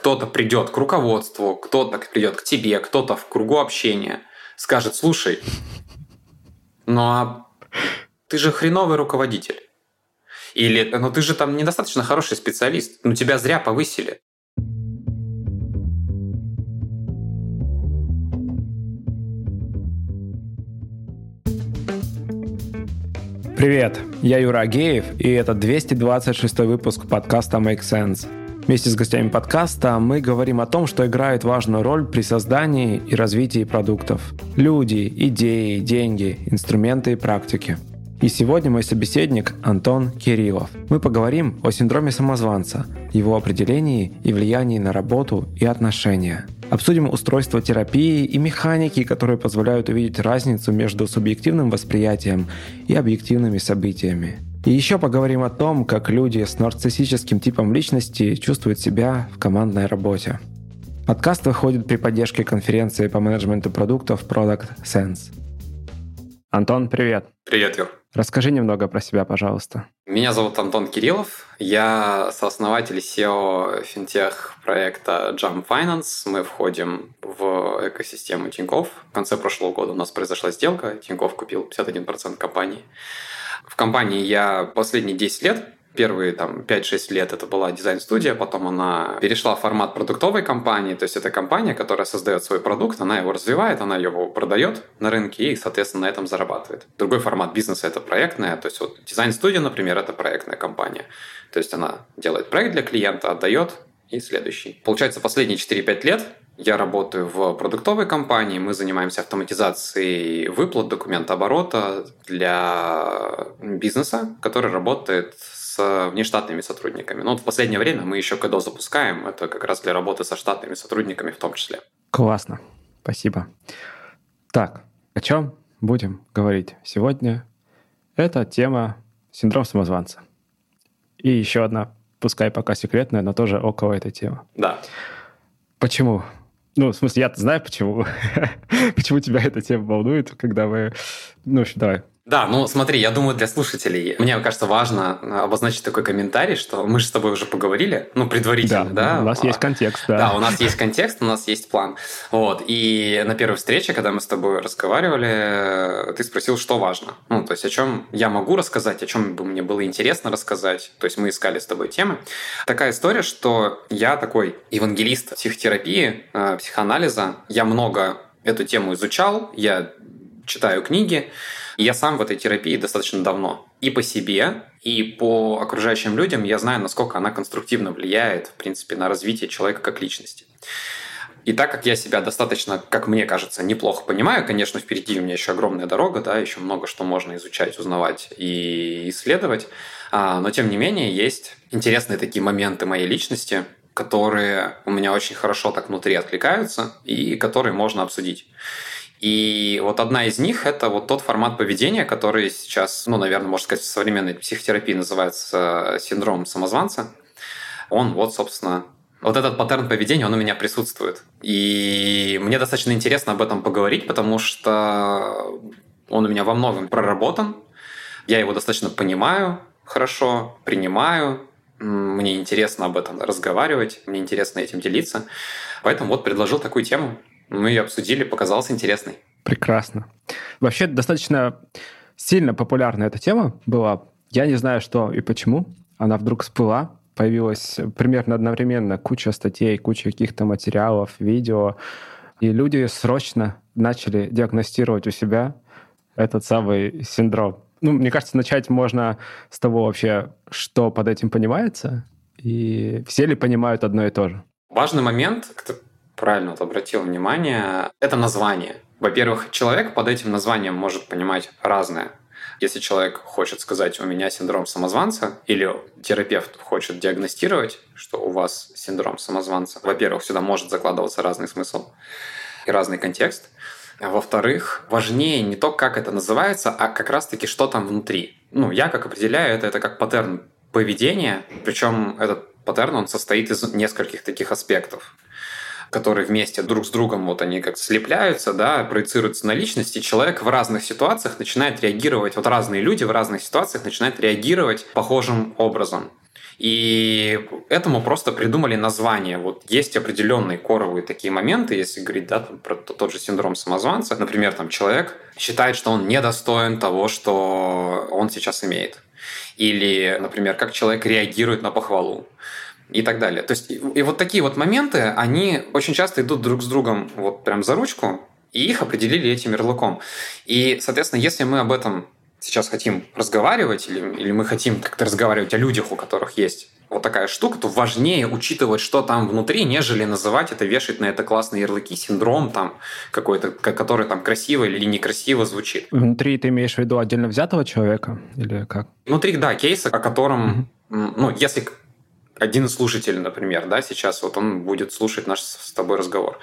кто-то придет к руководству, кто-то придет к тебе, кто-то в кругу общения, скажет: слушай, ну а ты же хреновый руководитель. Или ну ты же там недостаточно хороший специалист, ну тебя зря повысили. Привет, я Юра Агеев, и это 226 выпуск подкаста Make Sense. Вместе с гостями подкаста мы говорим о том, что играет важную роль при создании и развитии продуктов. Люди, идеи, деньги, инструменты и практики. И сегодня мой собеседник Антон Кириллов. Мы поговорим о синдроме самозванца, его определении и влиянии на работу и отношения. Обсудим устройство терапии и механики, которые позволяют увидеть разницу между субъективным восприятием и объективными событиями. И еще поговорим о том, как люди с нарциссическим типом личности чувствуют себя в командной работе. Подкаст выходит при поддержке конференции по менеджменту продуктов Product Sense. Антон, привет. Привет, Юр. Расскажи немного про себя, пожалуйста. Меня зовут Антон Кириллов. Я сооснователь SEO финтех-проекта Jump Finance. Мы входим в экосистему Тинькофф. В конце прошлого года у нас произошла сделка. Тинькофф купил 51% компании. В компании я последние 10 лет. Первые 5-6 лет это была дизайн-студия, потом она перешла в формат продуктовой компании, то есть это компания, которая создает свой продукт, она его развивает, она его продает на рынке и, соответственно, на этом зарабатывает. Другой формат бизнеса – это проектная, то есть вот дизайн-студия, например, это проектная компания. То есть она делает проект для клиента, отдает и следующий. Получается, последние 4-5 лет я работаю в продуктовой компании, мы занимаемся автоматизацией выплат, документооборота для бизнеса, который работает с внештатными сотрудниками. Но вот в последнее время мы еще КДО запускаем. Это как раз для работы со штатными сотрудниками в том числе. Классно. Спасибо. Так, о чем будем говорить сегодня? Это тема синдром самозванца. И еще одна, пускай пока секретная, но тоже около этой темы. Да. Почему? Ну, в смысле, я-то знаю, почему. Почему тебя эта тема волнует, когда вы... Ну, в общем, давай. Да, ну смотри, я думаю, для слушателей, мне кажется, важно обозначить такой комментарий, что мы же с тобой уже поговорили, ну, предварительно, да? У нас есть контекст, да. Да, у нас есть контекст, у нас есть план. Вот, и на первой встрече, когда мы с тобой разговаривали, ты спросил, что важно. Ну, то есть, о чем я могу рассказать, о чем бы мне было интересно рассказать. То есть, мы искали с тобой темы. Такая история, что я такой евангелист психотерапии, психоанализа. Я много эту тему изучал, я читаю книги. Я сам в этой терапии достаточно давно. И по себе, и по окружающим людям я знаю, насколько она конструктивно влияет, в принципе, на развитие человека как личности. И так как я себя достаточно, как мне кажется, неплохо понимаю, конечно, впереди у меня еще огромная дорога, да, еще много что можно изучать, узнавать и исследовать, но тем не менее есть интересные такие моменты моей личности, которые у меня очень хорошо так внутри откликаются и которые можно обсудить. И вот одна из них – это вот тот формат поведения, который сейчас, ну, наверное, можно сказать, в современной психотерапии называется синдром самозванца. Он вот, собственно, вот этот паттерн поведения, он у меня присутствует. И мне достаточно интересно об этом поговорить, потому что он у меня во многом проработан. Я его достаточно понимаю хорошо, принимаю. Мне интересно об этом разговаривать, мне интересно этим делиться. Поэтому вот предложил такую тему. Мы ее обсудили, показалось интересной. Прекрасно. Вообще достаточно сильно популярна эта тема была. Я не знаю, что и почему. Она вдруг всплыла. Появилась примерно одновременно куча статей, куча каких-то материалов, видео. И люди срочно начали диагностировать у себя этот самый синдром. Ну, мне кажется, начать можно с того вообще, что под этим понимается, и все ли понимают одно и то же. Важный момент, кто правильно обратил внимание, это название. Во-первых, человек под этим названием может понимать разное. Если человек хочет сказать «у меня синдром самозванца», или терапевт хочет диагностировать, что у вас синдром самозванца, во-первых, сюда может закладываться разный смысл и разный контекст. А во-вторых, важнее не то, как это называется, а как раз-таки, что там внутри. Ну, я как определяю это как паттерн поведения, причем этот паттерн, он состоит из нескольких таких аспектов, которые вместе друг с другом, вот они как слепляются, да, проецируются на личность, и человек в разных ситуациях начинает реагировать, вот разные люди в разных ситуациях начинают реагировать похожим образом. И этому просто придумали название. Вот есть определенные коровые такие моменты, если говорить, да, там, про тот же синдром самозванца. Например, там человек считает, что он недостоин того, что он сейчас имеет. Или, например, как человек реагирует на похвалу. И так далее. То есть, и вот такие вот моменты, они очень часто идут друг с другом вот прям за ручку, и их определили этим ярлыком. И, соответственно, если мы об этом сейчас хотим разговаривать, или мы хотим как-то разговаривать о людях, у которых есть вот такая штука, то важнее учитывать, что там внутри, нежели называть это, вешать на это классные ярлыки, синдром там какой-то, который там красиво или некрасиво звучит. Внутри ты имеешь в виду отдельно взятого человека? Или как? Внутри, да, кейса, о котором, ну, если один из слушателей, например, да, сейчас вот он будет слушать наш с тобой разговор,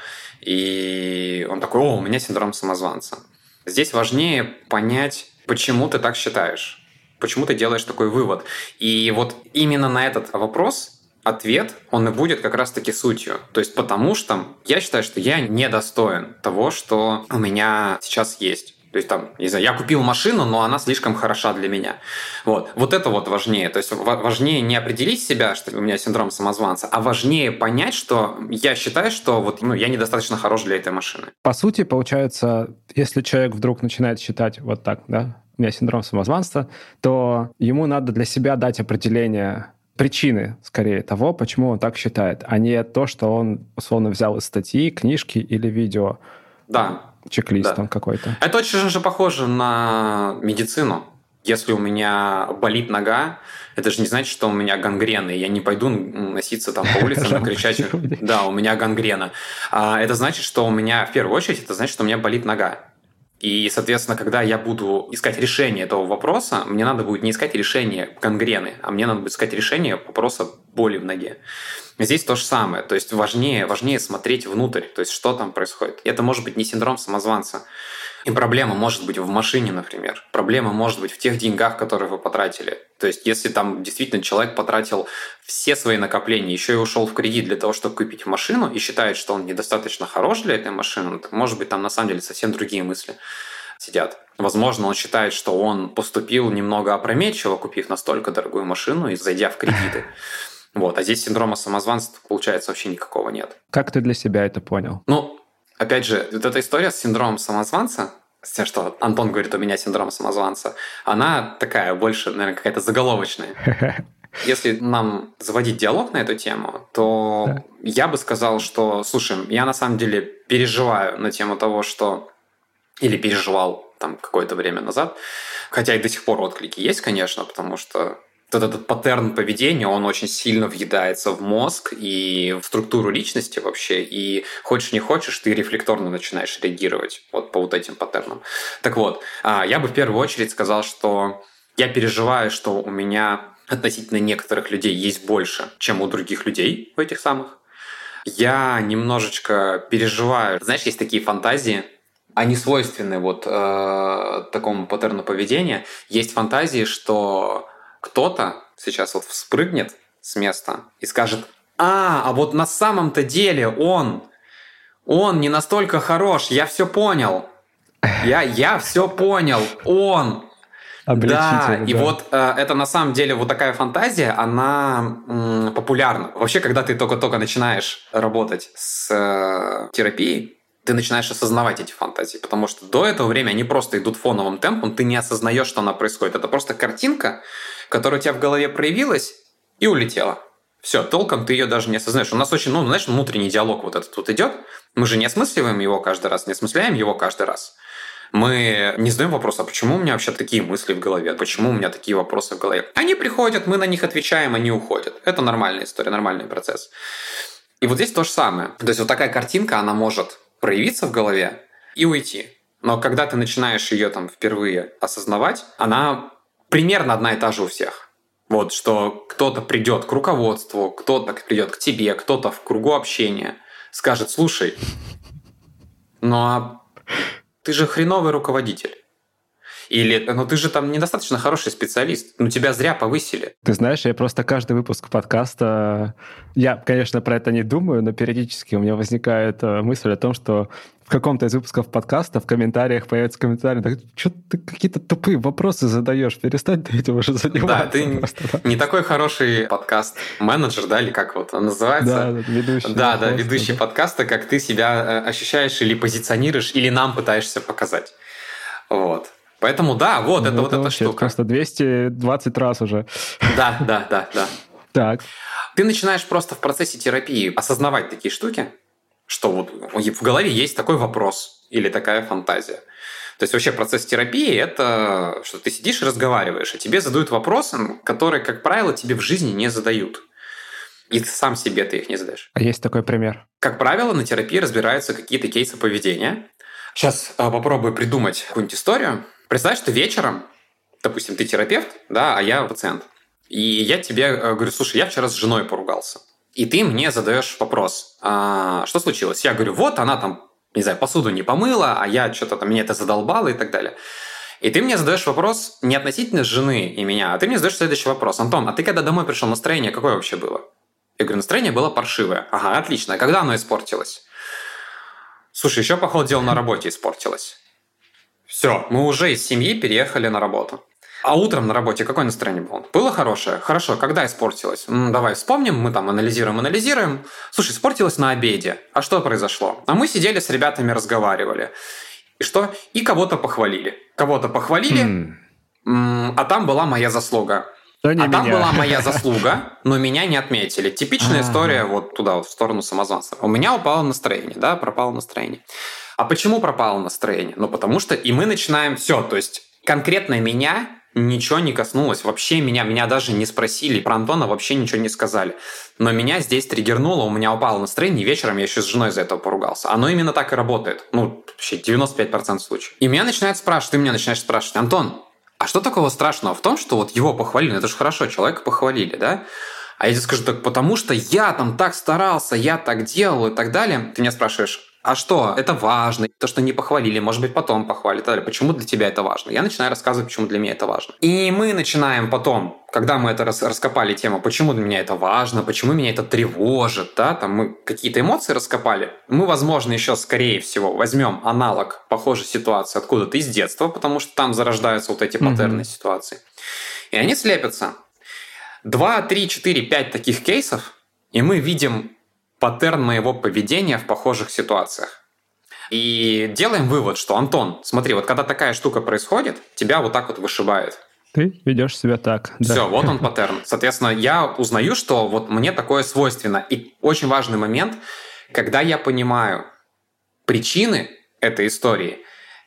и он такой: о, у меня синдром самозванца. Здесь важнее понять, почему ты так считаешь, почему ты делаешь такой вывод. И вот именно на этот вопрос ответ, он и будет как раз-таки сутью. То есть потому что я считаю, что я недостоин того, что у меня сейчас есть. То есть там, не знаю, я купил машину, но она слишком хороша для меня. Вот это вот важнее. То есть важнее не определить себя, что у меня синдром самозванца, а важнее понять, что я считаю, что вот, я недостаточно хорош для этой машины. По сути, получается, если человек вдруг начинает считать вот так, да, у меня синдром самозванца, то ему надо для себя дать определение причины, скорее, того, почему он так считает, а не то, что он, условно, взял из статьи, книжки или видео. Да. Чек-лист там какой-то. Это очень же похоже на медицину. Если у меня болит нога, это же не значит, что у меня гангрена, и я не пойду носиться там по улице и кричать: да, у меня гангрена. Это значит, что у меня, в первую очередь, это значит, что у меня болит нога. И, соответственно, когда я буду искать решение этого вопроса, мне надо будет не искать решение гангрены, а мне надо будет искать решение вопроса боли в ноге. Здесь то же самое. То есть важнее смотреть внутрь, то есть что там происходит. Это может быть не синдром самозванца. И проблема может быть в машине, например. Проблема может быть в тех деньгах, которые вы потратили. То есть если там действительно человек потратил все свои накопления, еще и ушел в кредит для того, чтобы купить машину, и считает, что он недостаточно хорош для этой машины, так может быть там на самом деле совсем другие мысли сидят. Возможно, он считает, что он поступил немного опрометчиво, купив настолько дорогую машину и зайдя в кредиты. Вот. А здесь синдрома самозванца, получается, вообще никакого нет. Как ты для себя это понял? Ну, опять же, вот эта история с синдромом самозванца, с тем, что Антон говорит, у меня синдром самозванца, она такая больше, наверное, какая-то заголовочная. Если нам заводить диалог на эту тему, то я бы сказал, что, слушай, я на самом деле переживаю на тему того, что... Или переживал там какое-то время назад, хотя и до сих пор отклики есть, конечно, потому что вот этот паттерн поведения, он очень сильно въедается в мозг и в структуру личности вообще, и хочешь не хочешь, ты рефлекторно начинаешь реагировать вот по вот этим паттернам. Так вот, я бы в первую очередь сказал, что я переживаю, что у меня относительно некоторых людей есть больше, чем у других людей у этих самых. Я немножечко переживаю. Знаешь, есть такие фантазии, они свойственны вот такому паттерну поведения. Есть фантазии, что кто-то сейчас вот вспрыгнет с места и скажет: а вот на самом-то деле он не настолько хорош, я все понял. Я все понял, он. Да, и вот это на самом деле вот такая фантазия, она популярна. Вообще, когда ты только-только начинаешь работать с терапией, ты начинаешь осознавать эти фантазии, потому что до этого времени они просто идут фоновым темпом, ты не осознаешь, что она происходит. Это просто картинка, которая у тебя в голове проявилась и улетела. Все, толком ты ее даже не осознаешь. У нас очень, знаешь, внутренний диалог вот этот вот идет. Мы же не осмысливаем его каждый раз, не осмысляем его каждый раз. Мы не задаем вопрос: а почему у меня вообще такие мысли в голове? Почему у меня такие вопросы в голове? Они приходят, мы на них отвечаем, они уходят. Это нормальная история, нормальный процесс. И вот здесь то же самое. То есть вот такая картинка, она может проявиться в голове и уйти. Но когда ты начинаешь ее там впервые осознавать, она примерно одна и та же у всех. Вот, что кто-то придет к руководству, кто-то придет к тебе, кто-то в кругу общения, скажет: слушай, а ты же хреновый руководитель. Или, ну ты же там недостаточно хороший специалист, ну тебя зря повысили. Ты знаешь, я просто каждый выпуск подкаста, я, конечно, про это не думаю, но периодически у меня возникает мысль о том, что в каком-то из выпусков подкаста в комментариях появится комментарий, так что ты какие-то тупые вопросы задаешь, перестань ты этим уже заниматься. Да, ты не такой хороший подкаст-менеджер, да, или как вот он называется? Да, ведущий. Да, ведущий подкаста, как ты себя ощущаешь или позиционируешь, или нам пытаешься показать. Вот. Поэтому да, вот ну, это вот эта штука. Просто 220 раз уже. Да. Так. Ты начинаешь просто в процессе терапии осознавать такие штуки, что вот в голове есть такой вопрос или такая фантазия. То есть вообще процесс терапии – это что ты сидишь и разговариваешь, и тебе задают вопросы, которые, как правило, тебе в жизни не задают. И ты сам себе ты их не задаешь. А есть такой пример? Как правило, на терапии разбираются какие-то кейсы поведения. Сейчас попробую придумать какую-нибудь историю. Представь, что вечером, допустим, ты терапевт, да, а я пациент. И я тебе говорю, слушай, я вчера с женой поругался. И ты мне задаешь вопрос, что случилось? Я говорю, вот она там, не знаю, посуду не помыла, а я что-то там, меня это задолбало и так далее. И ты мне задаешь вопрос не относительно жены и меня, а ты мне задаешь следующий вопрос. Антон, а ты когда домой пришел, настроение какое вообще было? Я говорю, настроение было паршивое. Ага, отлично. А когда оно испортилось? Слушай, еще, походу, дело на работе испортилось. Все, мы уже из семьи переехали на работу. А утром на работе какое настроение было? Было хорошее? Хорошо. Когда испортилось? Давай вспомним, мы там анализируем. Слушай, испортилось на обеде. А что произошло? А мы сидели с ребятами, разговаривали. И что? И кого-то похвалили. А там была моя заслуга. Там была моя заслуга, но меня не отметили. Типичная история вот туда, вот в сторону самозванства. У меня упало настроение, да, пропало настроение. А почему пропало настроение? Ну, потому что и мы начинаем все, то есть конкретно меня ничего не коснулось, вообще меня даже не спросили, про Антона вообще ничего не сказали. Но меня здесь триггернуло, у меня упало настроение, и вечером я еще с женой из-за этого поругался. Оно именно так и работает, ну, вообще 95% случаев. И меня начинают спрашивать, ты меня начинаешь спрашивать, Антон, а что такого страшного в том, что вот его похвалили? Ну, это же хорошо, человека похвалили, да? А я тебе скажу, так потому что я там так старался, я так делал и так далее. Ты меня спрашиваешь, а что, это важно? То, что не похвалили, может быть, потом похвалят и так далее. Почему для тебя это важно? Я начинаю рассказывать, почему для меня это важно. И мы начинаем потом, когда мы это раскопали тему, почему для меня это важно, почему меня это тревожит, да, там мы какие-то эмоции раскопали, мы, возможно, еще, скорее всего, возьмем аналог похожей ситуации откуда-то из детства, потому что там зарождаются вот эти паттерны ситуации. И они слепятся. 2, 3, 4, 5 таких кейсов, и мы видим паттерн моего поведения в похожих ситуациях. И делаем вывод, что, Антон, смотри, вот когда такая штука происходит, тебя вот так вот вышибает. Ты ведешь себя так. Все, да. вот он паттерн. Соответственно, я узнаю, что вот мне такое свойственно. И очень важный момент, когда я понимаю причины этой истории,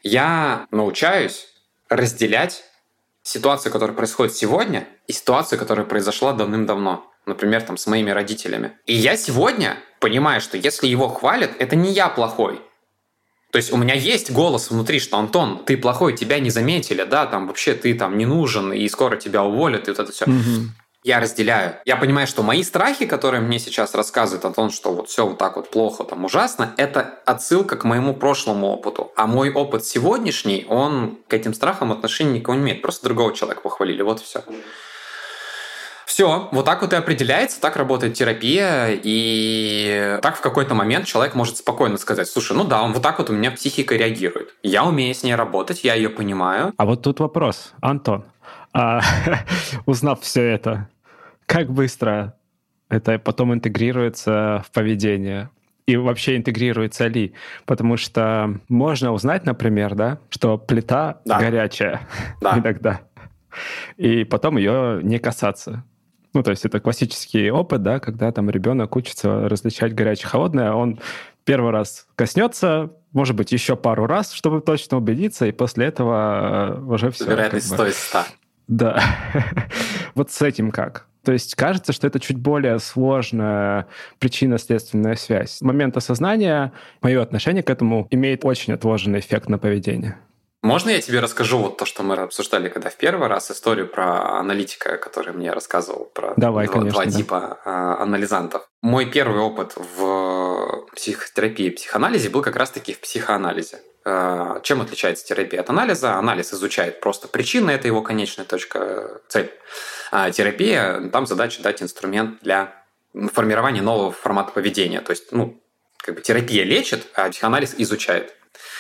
я научаюсь разделять ситуацию, которая происходит сегодня, и ситуацию, которая произошла давным-давно. Например, там, с моими родителями. И я сегодня понимаю, что если его хвалят, это не я плохой. То есть у меня есть голос внутри, что Антон, ты плохой, тебя не заметили, да, там вообще ты там не нужен, и скоро тебя уволят, и вот это все. Я разделяю. Я понимаю, что мои страхи, которые мне сейчас рассказывают о том, что вот все вот так вот плохо, там ужасно, это отсылка к моему прошлому опыту. А мой опыт сегодняшний, он к этим страхам отношения никого не имеет. Просто другого человека похвалили, вот и все. Все, вот так вот и определяется, так работает терапия, и так в какой-то момент человек может спокойно сказать, слушай, ну да, он вот так вот у меня психика реагирует. Я умею с ней работать, я ее понимаю. А вот тут вопрос, Антон, узнав все это, как быстро это потом интегрируется в поведение? И вообще интегрируется ли? Потому что можно узнать, например, да, что плита горячая иногда, и потом ее не касаться. Ну, то есть это классический опыт, да, когда там ребенок учится различать горячее и холодное, он первый раз коснется, может быть, еще пару раз, чтобы точно убедиться, и после этого уже все. Вероятность 100 из 100. Да. Вот с этим как? То есть кажется, что это чуть более сложная причинно-следственная связь. В момент осознания мое отношение к этому имеет очень отложенный эффект на поведение. Можно я тебе расскажу вот то, что мы обсуждали когда в первый раз, историю про аналитика, который мне рассказывал, про два типа анализантов. Мой первый опыт в психотерапии, психоанализе был как раз-таки в психоанализе. Чем отличается терапия от анализа? Анализ изучает просто причины, это его конечная точка, цель. А терапия, там задача дать инструмент для формирования нового формата поведения. То есть, терапия лечит, а психоанализ изучает.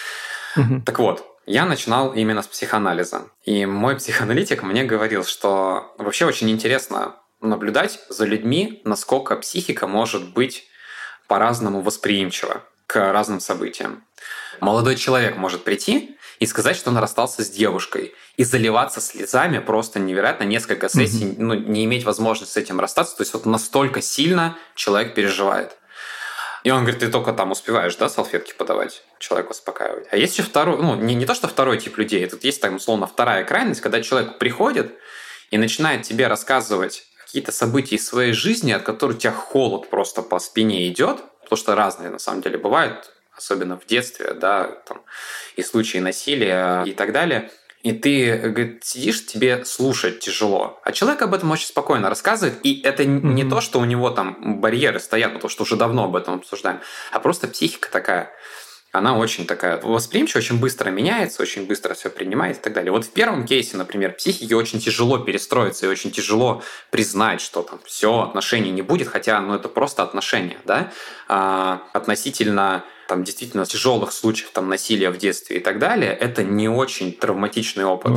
Так вот, я начинал именно с психоанализа. И мой психоаналитик мне говорил, что вообще очень интересно наблюдать за людьми, насколько психика может быть по-разному восприимчива к разным событиям. Молодой человек может прийти и сказать, что он расстался с девушкой, и заливаться слезами просто невероятно, несколько сессий, не иметь возможности с этим расстаться. То есть вот настолько сильно человек переживает. И он говорит, ты только там успеваешь, да, салфетки подавать, человека успокаивать. А есть еще второй, не то, что второй тип людей, тут есть, там, условно, вторая крайность, когда человек приходит и начинает тебе рассказывать какие-то события из своей жизни, от которых у тебя холод просто по спине идет, потому что разные, на самом деле, бывают, особенно в детстве, да, там, и случаи насилия и так далее. И ты, говорит, сидишь, тебе слушать тяжело. А человек об этом очень спокойно рассказывает. И это не то, что у него там барьеры стоят, потому что уже давно об этом обсуждаем, а просто психика такая. Она очень такая восприимчивая, очень быстро меняется, очень быстро все принимает и так далее. Вот в первом кейсе, например, психике очень тяжело перестроиться и очень тяжело признать, что там все, отношений не будет, хотя это просто отношения, да, относительно там действительно тяжелых случаев там, насилия в детстве и так далее, это не очень травматичный опыт.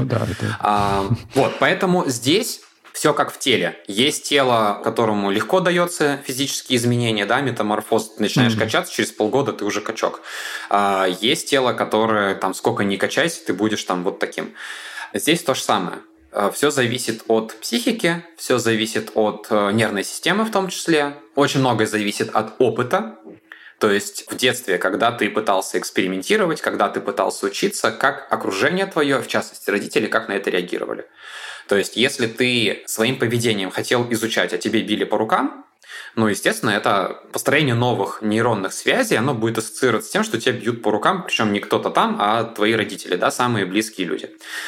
Вот, поэтому здесь все как в теле. Есть тело, которому легко дается физические изменения, да, метаморфоз. Ты начинаешь качаться, через полгода ты уже качок. Есть тело, которое там сколько ни качайся, ты будешь там вот таким. Здесь то же самое. Все зависит от психики, все зависит от нервной системы в том числе. Очень многое зависит от опыта. То есть в детстве, когда ты пытался экспериментировать, когда ты пытался учиться, как окружение твое, в частности родители, как на это реагировали. То есть если ты своим поведением хотел изучать, а тебе били по рукам, естественно, это построение новых нейронных связей, оно будет ассоциироваться с тем, что тебя бьют по рукам, причем не кто-то там, а твои родители, да, самые близкие люди.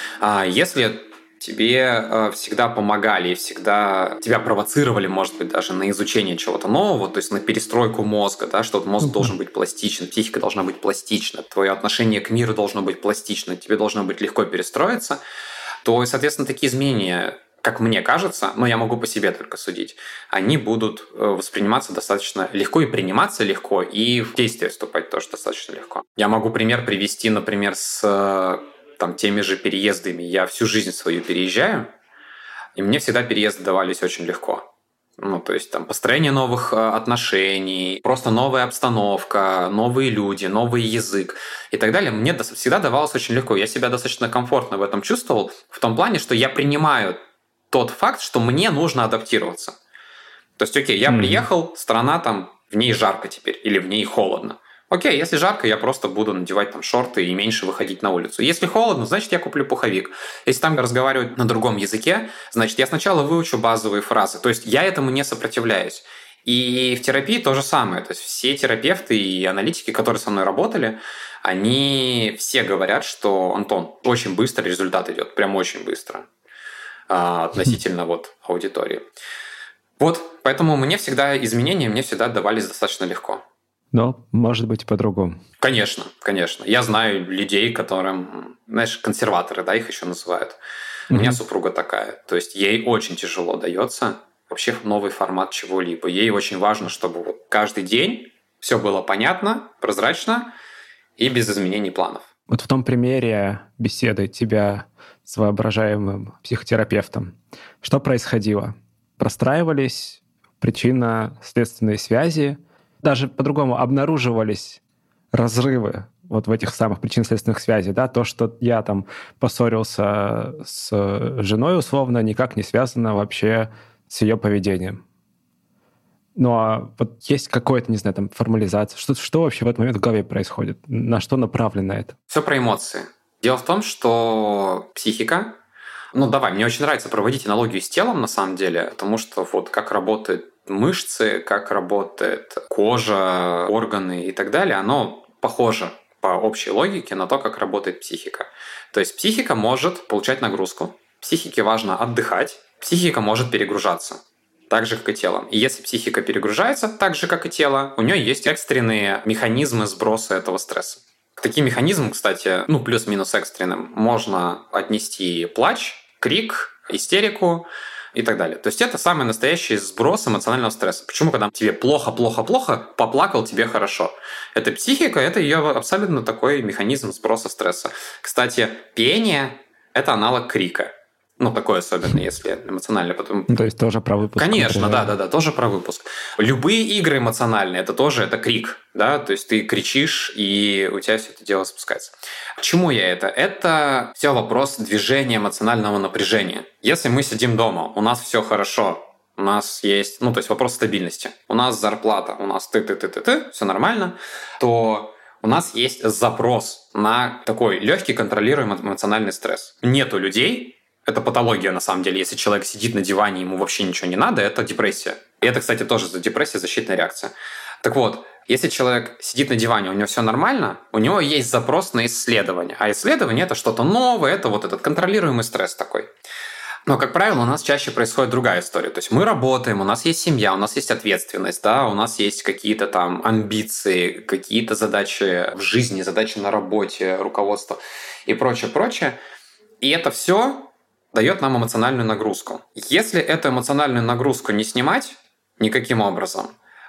Если тебе всегда помогали и всегда тебя провоцировали, может быть, даже на изучение чего-то нового, то есть на перестройку мозга, да, что мозг должен быть пластичен, психика должна быть пластична, твое отношение к миру должно быть пластично, тебе должно быть легко перестроиться, то, соответственно, такие изменения, как мне кажется, но я могу по себе только судить, они будут восприниматься достаточно легко и приниматься легко, и в действие вступать тоже достаточно легко. Я могу пример привести, например, с теми же переездами. Я всю жизнь свою переезжаю, и мне всегда переезды давались очень легко. То есть там построение новых отношений, просто новая обстановка, новые люди, новый язык и так далее. Мне всегда давалось очень легко. Я себя достаточно комфортно в этом чувствовал, в том плане, что я принимаю тот факт, что мне нужно адаптироваться. То есть, окей, я приехал, страна там, в ней жарко теперь или в ней холодно. Окей, если жарко, я просто буду надевать там шорты и меньше выходить на улицу. Если холодно, значит, я куплю пуховик. Если там разговаривать на другом языке, значит, я сначала выучу базовые фразы. То есть я этому не сопротивляюсь. И в терапии то же самое. То есть все терапевты и аналитики, которые со мной работали, они все говорят, что, Антон, очень быстро результат идет, прям очень быстро относительно аудитории. Поэтому мне всегда изменения давались достаточно легко. Но может быть по-другому. Конечно, конечно. Я знаю людей, которым, консерваторы, да, их еще называют. У меня супруга такая. То есть ей очень тяжело дается вообще новый формат чего-либо. Ей очень важно, чтобы каждый день все было понятно, прозрачно и без изменений планов. Вот в том примере беседы тебя с воображаемым психотерапевтом, что происходило? Простраивались причинно-следственные связи, даже по-другому обнаруживались разрывы в этих самых причинно-следственных связей, да, то, что я там поссорился с женой условно, никак не связано вообще с ее поведением. Есть какое-то, не знаю, там формализация. Что вообще в этот момент в голове происходит? На что направлено это? Все про эмоции. Дело в том, что психика... мне очень нравится проводить аналогию с телом, на самом деле, потому что как работает мышцы, как работает кожа, органы и так далее, оно похоже по общей логике на то, как работает психика. То есть психика может получать нагрузку, психике важно отдыхать, психика может перегружаться, так же, как и тело. И если психика перегружается, так же, как и тело, у нее есть экстренные механизмы сброса этого стресса, таким механизмам, кстати, плюс-минус экстренным, можно отнести плач, крик, истерику и так далее. То есть это самый настоящий сброс эмоционального стресса. Почему, когда тебе плохо, поплакал, тебе хорошо? Это психика, это ее абсолютно такой механизм сброса стресса. Кстати, пение – это аналог крика. Такой особенно, если эмоционально. Потом... То есть тоже про выпуск. Конечно, да, тоже про выпуск. Любые игры эмоциональные, это крик, да, то есть ты кричишь, и у тебя все это дело спускается. К чему я это? Это все вопрос движения эмоционального напряжения. Если мы сидим дома, у нас все хорошо, у нас есть, то есть вопрос стабильности, у нас зарплата, у нас все нормально, то у нас есть запрос на такой легкий контролируемый эмоциональный стресс. Нету людей. Это патология, на самом деле. Если человек сидит на диване, ему вообще ничего не надо, это депрессия. И это, кстати, тоже депрессия, защитная реакция. Так вот, если человек сидит на диване, у него все нормально, у него есть запрос на исследование. А исследование – это что-то новое, это вот этот контролируемый стресс такой. Но, как правило, у нас чаще происходит другая история. То есть мы работаем, у нас есть семья, у нас есть ответственность, да, у нас есть какие-то там амбиции, какие-то задачи в жизни, задачи на работе, руководство и прочее. И это все дает нам эмоциональную нагрузку. Если эту эмоциональную нагрузку не снимать никаким образом,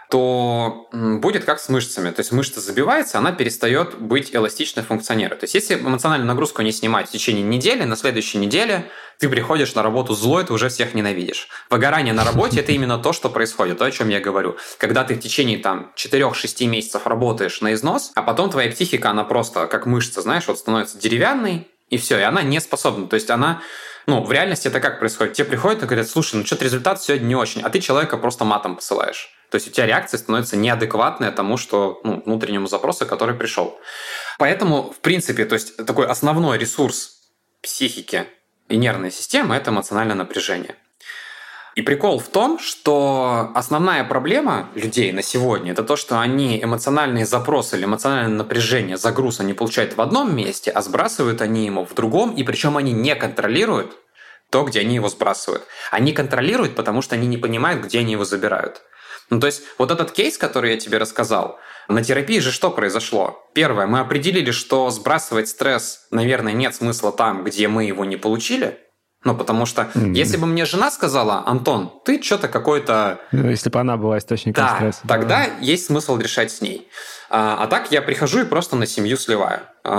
то будет как с мышцами. То есть мышца забивается, она перестает быть эластичной функционером. То есть если эмоциональную нагрузку не снимать в течение недели, на следующей неделе ты приходишь на работу злой, ты уже всех ненавидишь. Выгорание на работе – это именно то, что происходит, то, о чем я говорю. Когда ты в течение 4-6 месяцев работаешь на износ, а потом твоя психика, она просто как мышца, знаешь, становится деревянной, и все, и она не способна. То есть она... в реальности это как происходит? Тебе приходят и говорят, слушай, что-то результат сегодня не очень, а ты человека просто матом посылаешь. То есть у тебя реакция становится неадекватной тому, что внутреннему запросу, который пришел. Поэтому, в принципе, то есть такой основной ресурс психики и нервной системы – это эмоциональное напряжение. И прикол в том, что основная проблема людей на сегодня – это то, что они эмоциональные запросы или эмоциональное напряжение, загруз они получают в одном месте, а сбрасывают они ему в другом, и причем они не контролируют то, где они его сбрасывают. Они контролируют, потому что они не понимают, где они его забирают. То есть вот этот кейс, который я тебе рассказал, на терапии же что произошло? Первое, мы определили, что сбрасывать стресс, наверное, нет смысла там, где мы его не получили. Потому что если бы мне жена сказала, Антон, ты что-то какой-то... если бы она была источником стресса. Тогда есть смысл решать с ней. А так я прихожу и просто на семью сливаю.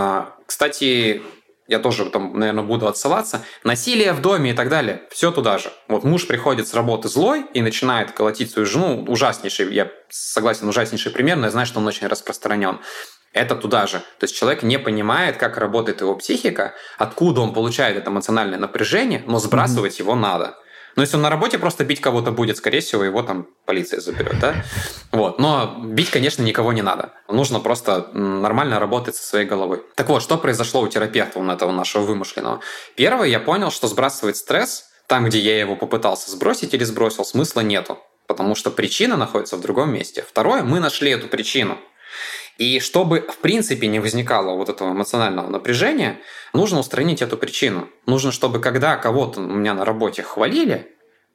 Кстати, я тоже там, наверное, буду отсылаться. Насилие в доме и так далее. Все туда же. Вот муж приходит с работы злой и начинает колотить свою жену. Ужаснейший, я согласен, ужаснейший пример, но я знаю, что он очень распространен. Это туда же. То есть человек не понимает, как работает его психика, откуда он получает это эмоциональное напряжение, но сбрасывать его надо. Но если он на работе просто бить кого-то будет, скорее всего, его там полиция заберет, да? Вот. Но бить, конечно, никого не надо. Нужно просто нормально работать со своей головой. Так вот, что произошло у терапевта, этого нашего вымышленного? Первое, я понял, что сбрасывать стресс, там, где я его попытался сбросить или сбросил, смысла нету. Потому что причина находится в другом месте. Второе, мы нашли эту причину. И чтобы, в принципе, не возникало вот этого эмоционального напряжения, нужно устранить эту причину. Нужно, чтобы когда кого-то у меня на работе хвалили,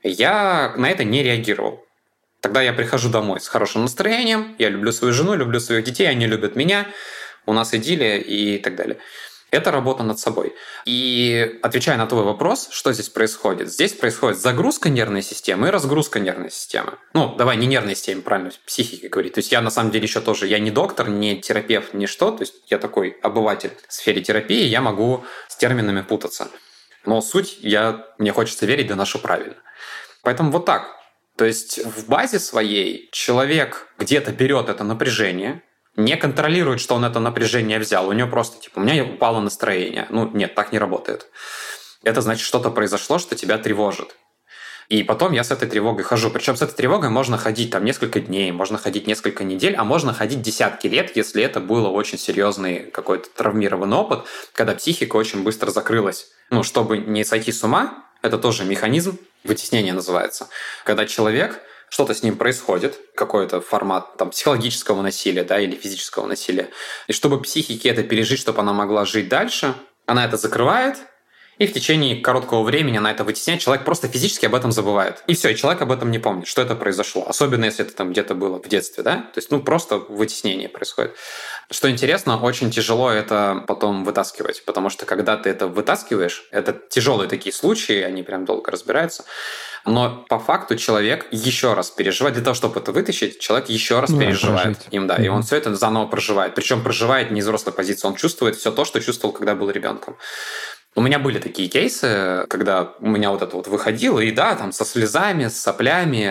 я на это не реагировал. Тогда я прихожу домой с хорошим настроением, я люблю свою жену, люблю своих детей, они любят меня, у нас идиллия и так далее. Это работа над собой. И отвечая на твой вопрос, что здесь происходит? Здесь происходит загрузка нервной системы и разгрузка нервной системы. Давай не нервной системе, правильно, психики говорить. То есть я на самом деле еще тоже, я не доктор, не терапевт, не что. То есть я такой обыватель в сфере терапии, я могу с терминами путаться. Но суть, мне хочется верить, доношу правильно. Поэтому вот так. То есть в базе своей человек где-то берет это напряжение, не контролирует, что он это напряжение взял. У него просто, у меня упало настроение. Нет, так не работает. Это значит, что-то произошло, что тебя тревожит. И потом я с этой тревогой хожу. Причем с этой тревогой можно ходить несколько дней, можно ходить несколько недель, а можно ходить десятки лет, если это был очень серьезный какой-то травмированный опыт, когда психика очень быстро закрылась. Чтобы не сойти с ума, это тоже механизм вытеснения называется. Когда человек... что-то с ним происходит, какой-то формат психологического насилия, или физического насилия. И чтобы психике это пережить, чтобы она могла жить дальше, она это закрывает и в течение короткого времени она это вытесняет, человек просто физически об этом забывает. И все, и человек об этом не помнит, что это произошло. Особенно, если это там где-то было в детстве, да? То есть, просто вытеснение происходит. Что интересно, очень тяжело это потом вытаскивать, потому что когда ты это вытаскиваешь, это тяжелые такие случаи, они прям долго разбираются, но по факту человек еще раз переживает. Для того, чтобы это вытащить, человек еще раз переживает им, да, и он все это заново проживает. Причем проживает не из взрослой позиции, он чувствует все то, что чувствовал, когда был ребенком. У меня были такие кейсы, когда у меня вот это вот выходило, и да, там со слезами, с соплями,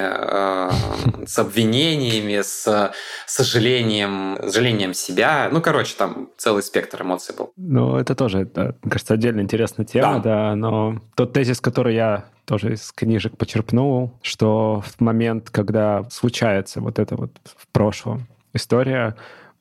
с обвинениями, с сожалением себя. Там целый спектр эмоций был. Это тоже, мне кажется, отдельно интересная тема, да, но тот тезис, который я тоже из книжек почерпнул, что в момент, когда случается вот это вот в прошлом история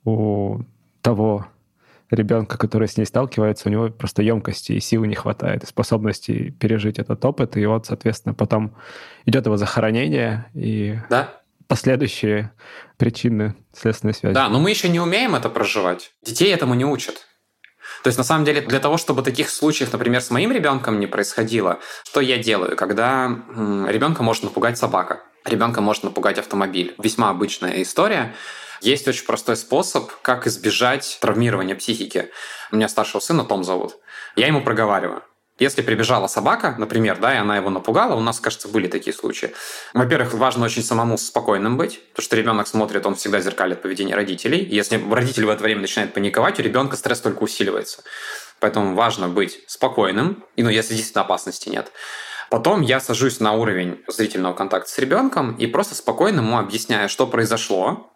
у того ребенка, который с ней сталкивается, у него просто емкости и силы не хватает, и способности пережить этот опыт, и вот, соответственно, потом идет его захоронение и последующие причины следственной связи. Да, но мы еще не умеем это проживать. Детей этому не учат. То есть, на самом деле, для того, чтобы таких случаев, например, с моим ребенком не происходило, что я делаю? Когда ребенка может напугать собака, ребенка может напугать автомобиль. Весьма обычная история. Есть очень простой способ, как избежать травмирования психики. У меня старшего сына Том зовут. Я ему проговариваю. Если прибежала собака, например, да, и она его напугала, у нас, кажется, были такие случаи. Во-первых, важно очень самому спокойным быть, потому что ребенок смотрит, он всегда зеркалит поведение родителей. И если родитель в это время начинает паниковать, у ребенка стресс только усиливается. Поэтому важно быть спокойным, если действительно опасности нет. Потом я сажусь на уровень зрительного контакта с ребенком и просто спокойно ему объясняю, что произошло.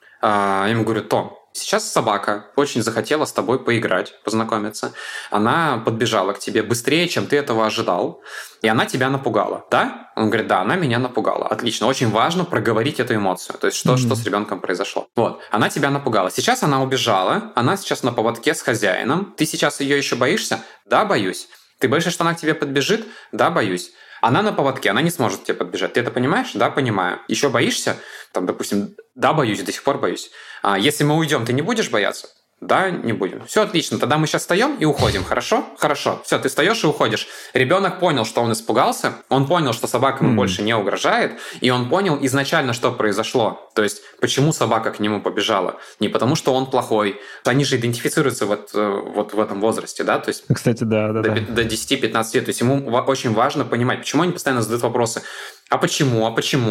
Я ему говорю: Том, сейчас собака очень захотела с тобой поиграть, познакомиться. Она подбежала к тебе быстрее, чем ты этого ожидал, и она тебя напугала, да? Он говорит: да, она меня напугала. Отлично, очень важно проговорить эту эмоцию, то есть что с ребенком произошло. Вот, она тебя напугала. Сейчас она убежала, она сейчас на поводке с хозяином. Ты сейчас ее еще боишься? Да, боюсь. Ты боишься, что она к тебе подбежит? Да, боюсь. Она на поводке, она не сможет к тебе подбежать. Ты это понимаешь? Да, понимаю. Еще боишься? Допустим, да, боюсь, до сих пор боюсь. Если мы уйдем, ты не будешь бояться? Да, не будем. Все отлично. Тогда мы сейчас встаем и уходим. Хорошо? Хорошо. Все, ты встаешь и уходишь. Ребенок понял, что он испугался. Он понял, что собака ему больше не угрожает. И он понял изначально, что произошло. То есть, почему собака к нему побежала. Не потому, что он плохой. Они же идентифицируются вот в этом возрасте, да? То есть, кстати, да. До 10-15 лет. То есть, ему очень важно понимать, почему они постоянно задают вопросы. А почему?